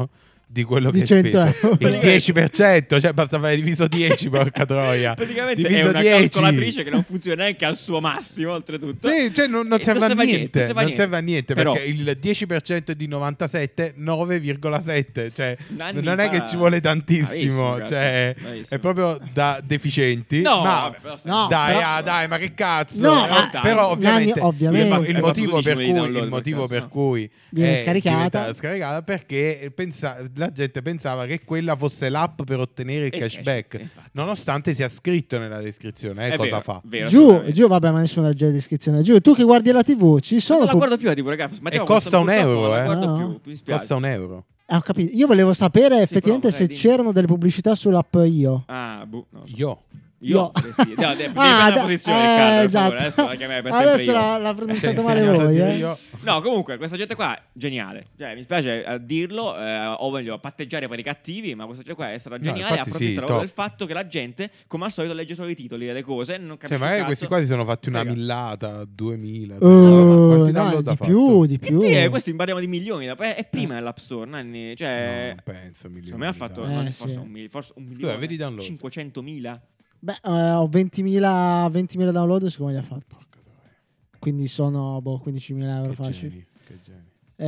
di quello Di che cento hai speso. euro. Il dieci per cento, cioè basta fare diviso dieci, porca troia. Praticamente Diviso è una dieci. calcolatrice che non funziona neanche al suo massimo, oltretutto. Sì, cioè non, non E serve a niente, serve a non serve a niente Però, perché il dieci per cento è di novantasette, nove virgola sette, cioè Nanni non è fa- che ci vuole tantissimo, Bravissimo, cioè bravissimo. è proprio da deficienti. No, ma vabbè, però stai- No, dai, però- ah, dai, ma che cazzo? No, Eh, ma- però ovviamente, Nanni, ovviamente. il, il Hai fatto motivo per dodici cui, download il motivo per per caso, cui Viene è scaricata. diventata scaricata perché pensa- la gente pensava che quella fosse l'app per ottenere il E cashback, cashback, infatti. nonostante sia scritto nella descrizione eh, È cosa vero, fa. vero, Giù, assolutamente. giù, vabbè, ma nessuno legge la descrizione. Giù, tu che guardi la tivù, ci sono. Non la pub- guardo più la tivù, ragazzi. E smettiamo, costa un purtroppo euro, non la eh. guardo No. più, mi dispiace. Costa un euro. Ah, ho capito. Io volevo sapere effettivamente però, se vai, dimmi. c'erano delle pubblicità sull'app Io. Ah, boh, non lo so. Io. Io, Io. eh sì, devi, devi, devi Ah, prendere da- la posizione, eh, Riccardo, per esatto. favore, adesso la chiamiamo per sempre Adesso io. l'ha, l'ha pronunciato Eh, male insegnato a voi, dire eh. io. No, comunque, questa gente qua, geniale. Cioè, mi spiace eh, dirlo, eh, o meglio, patteggiare per i cattivi, ma questa gente qua è stata geniale. infatti sì, approfitta top. del fatto che la gente, come al solito, legge solo i titoli delle cose, non Cioè, capisce un magari cazzo. questi qua si sono fatti una Frega. millata, duemila. Oh, Quanti no, download ha di fatto? più, di Che più. dire, questi parliamo di milioni, da- è prima nell'App Store, Nanni, cioè... No, non penso milioni. Secondo me ha fatto, dai. non Eh, è forse sì. un, mil- forse un Scusa, milione, vedi i download. cinquecentomila. Beh, eh, ho ventimila, ventimila download, secondo me li ha fatti. Quindi sono boh, quindicimila euro Che facili. geni, che geni.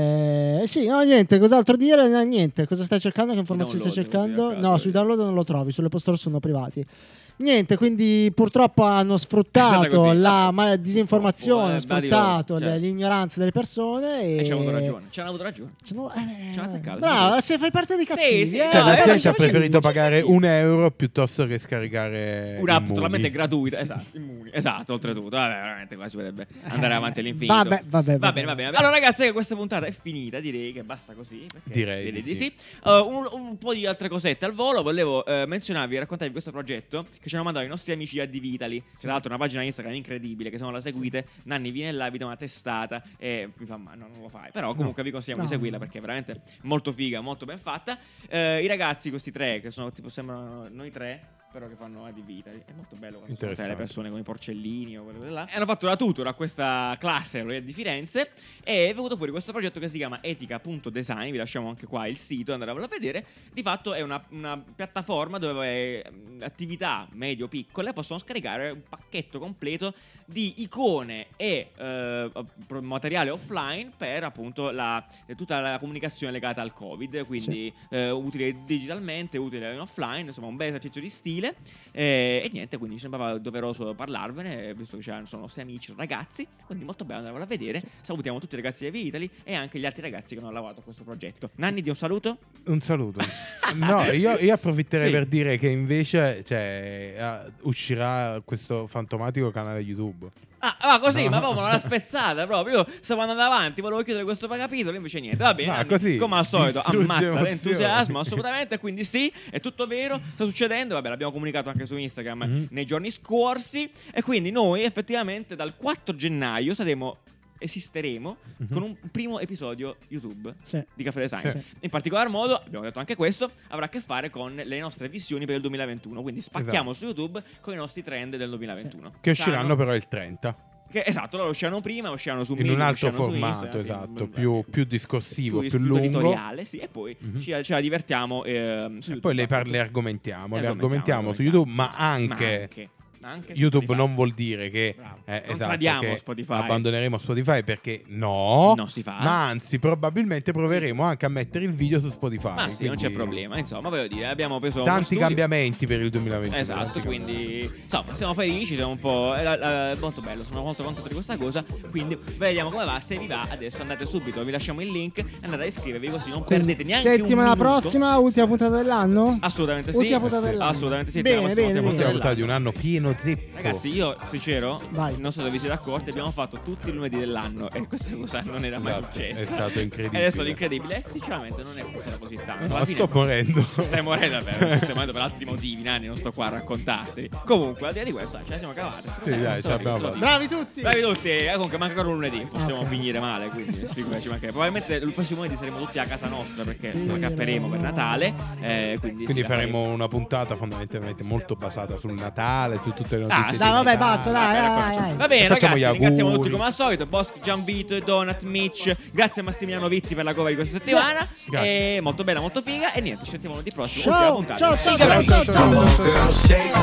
Eh, sì, no, niente, cos'altro dire? No, niente, cosa stai cercando? Che informazioni stai download, così, cercando? a caso, No, eh. sui download non lo trovi, sulle post store sono privati. Niente, quindi purtroppo hanno Guarda sfruttato così. la ma- disinformazione, Eh, hanno dai di loro, sfruttato cioè. le- l'ignoranza delle persone e... E ci hanno avuto ragione. Ci hanno avuto ragione. Ci hanno- eh, Ci hanno azzeccato, bravo, sì. se fai parte dei cattivi. sì, eh, Cioè, no, la eh, gente ha facciamo- preferito facciamo- pagare un euro piuttosto che scaricare Un'app Immuni. totalmente gratuita, esatto, Immuni, esatto, oltretutto. Vabbè, veramente qua si potrebbe andare avanti all'infinito. Vabbè, vabbè, Va vabbè. bene, va bene. Allora, ragazzi, che questa puntata è finita. Direi che basta così. perché Direi di di sì. sì. Uh, un, un po' di altre cosette al volo. Volevo uh, menzionarvi e raccontarvi questo progetto che ci hanno mandato i nostri amici a Divitali. Tra l'altro, una pagina Instagram incredibile. Che se non la seguite, Nanni viene là, vi dà una testata. E mi fa, ma no, non lo fai. Però, comunque, vi consigliamo No. di seguirla perché è veramente molto figa, molto ben fatta. Uh, I ragazzi, questi tre, che sono tipo sembrano noi tre. Però che fanno a Divitali. È molto bello quando sono tre le persone con i porcellini o quelle là. E hanno fatto la tutor a questa classe di Firenze. E è venuto fuori questo progetto che si chiama etica.design. Vi lasciamo anche qua il sito, andatevelo a vedere. Di fatto è una, una piattaforma dove eh, attività medio-piccole possono scaricare un pacchetto completo di icone e eh, materiale offline per appunto la, tutta la comunicazione legata al Covid. Quindi eh, utile digitalmente, utile in offline. Insomma, un bel esercizio di stile. Eh, e niente, quindi ci sembrava doveroso parlarvene, visto che c'erano, sono nostri amici, ragazzi. Quindi molto bello andarvelo a vedere. Salutiamo tutti i ragazzi di Italy e anche gli altri ragazzi che hanno lavorato a questo progetto. Nanni, di un saluto? Un saluto. No, io, io approfitterei Sì. per dire che invece cioè, eh, uscirà questo fantomatico canale YouTube. Ah, ah, così, No. ma proprio una spezzata proprio. Io stavo andando avanti, volevo chiudere questo capitolo, invece niente. Va bene, Ah, Nanni, così, come al solito, distrugge ammazza emozioni. l'entusiasmo, assolutamente. Quindi sì, è tutto vero, sta succedendo. Vabbè, l'abbiamo comunicato anche su Instagram Mhm. nei giorni scorsi. E quindi noi effettivamente dal quattro gennaio saremo... esisteremo Mhm. con un primo episodio YouTube Sì. di Caffè Design. Sì. In particolar modo, abbiamo detto anche questo, avrà a che fare con le nostre visioni per il duemilaventuno. Quindi spacchiamo su YouTube con i nostri trend del duemilaventuno. Che usciranno Saranno- però il trenta. che, esatto, loro usciranno prima, usciranno su In Medium, un altro usciranno su formato, Instagram, sì, esatto, vabbè, più, più discorsivo, più, più lungo. editoriale, sì, e poi Mhm. ci, ce la divertiamo eh, su E YouTube, poi le, par- appunto. le argomentiamo, Le le argomentiamo, argomentiamo su argomentiamo, YouTube, ma sì, sì. anche... Ma anche, anche YouTube Spotify. non vuol dire che, Bravo. eh, Non esatto, tradiamo che Spotify. abbandoneremo Spotify, perché no, Non si fa. ma anzi probabilmente proveremo anche a mettere il video su Spotify. Ma sì, non c'è quindi problema. Insomma, voglio dire, abbiamo preso uno Tanti studio. cambiamenti per il duemilaventuno. Esatto, tanti quindi insomma siamo felici, siamo un po'... È, è molto bello, sono molto contento di questa cosa. Quindi vediamo come va, se vi va adesso andate subito, vi lasciamo il link e andate a iscrivervi così non Quindi, perdete neanche un settimana minuto. prossima, ultima puntata dell'anno? Assolutamente sì. Ultima puntata dell'anno. Assolutamente sì. Bene, la bene, prossima bene. puntata Siamo dell'anno. stati di un anno pieno zeppo. Ragazzi, io sincero, Vai. non so se vi siete accorti, abbiamo fatto tutti i lunedì dell'anno e questa cosa non era mai Esatto, successa. è stato incredibile. Ed è stato incredibile. E sinceramente non è stato così tanto. No, Alla fine sto morendo. stai morendo davvero, stai morendo per altri motivi, Nanni, non sto qua a raccontarti. Comunque, al di là di questo, ce la siamo cavate. Sì, dai, ce l'abbiamo fatta. Bravi tutti! Bravi tutti, eh, comunque manca ancora un lunedì, possiamo Ok. finire male, quindi figuraci manca. Probabilmente il prossimo lunedì saremo tutti a casa nostra perché Sì, ce la capperemo per no. Natale, eh, quindi, Quindi sì, la faremo una puntata fondamentalmente molto basata sul Natale, su tutte tutte le notizie. Ah, di dai, vabbè, Natale. basta, dai, dai, dai. Va bene, Facciamo ragazzi, gli ringraziamo auguri. tutti come al solito. Bosco, Gianvito, Donat, Mitch. Grazie a Massimiliano Vitti per la cover di questa settimana. Grazie. E molto bella, molto figa. E niente, ci sentiamo di prossimo. Ciao, Ultima puntata. ciao, ciao, Figa, ciao, bravi. ciao, ciao. Girl, shake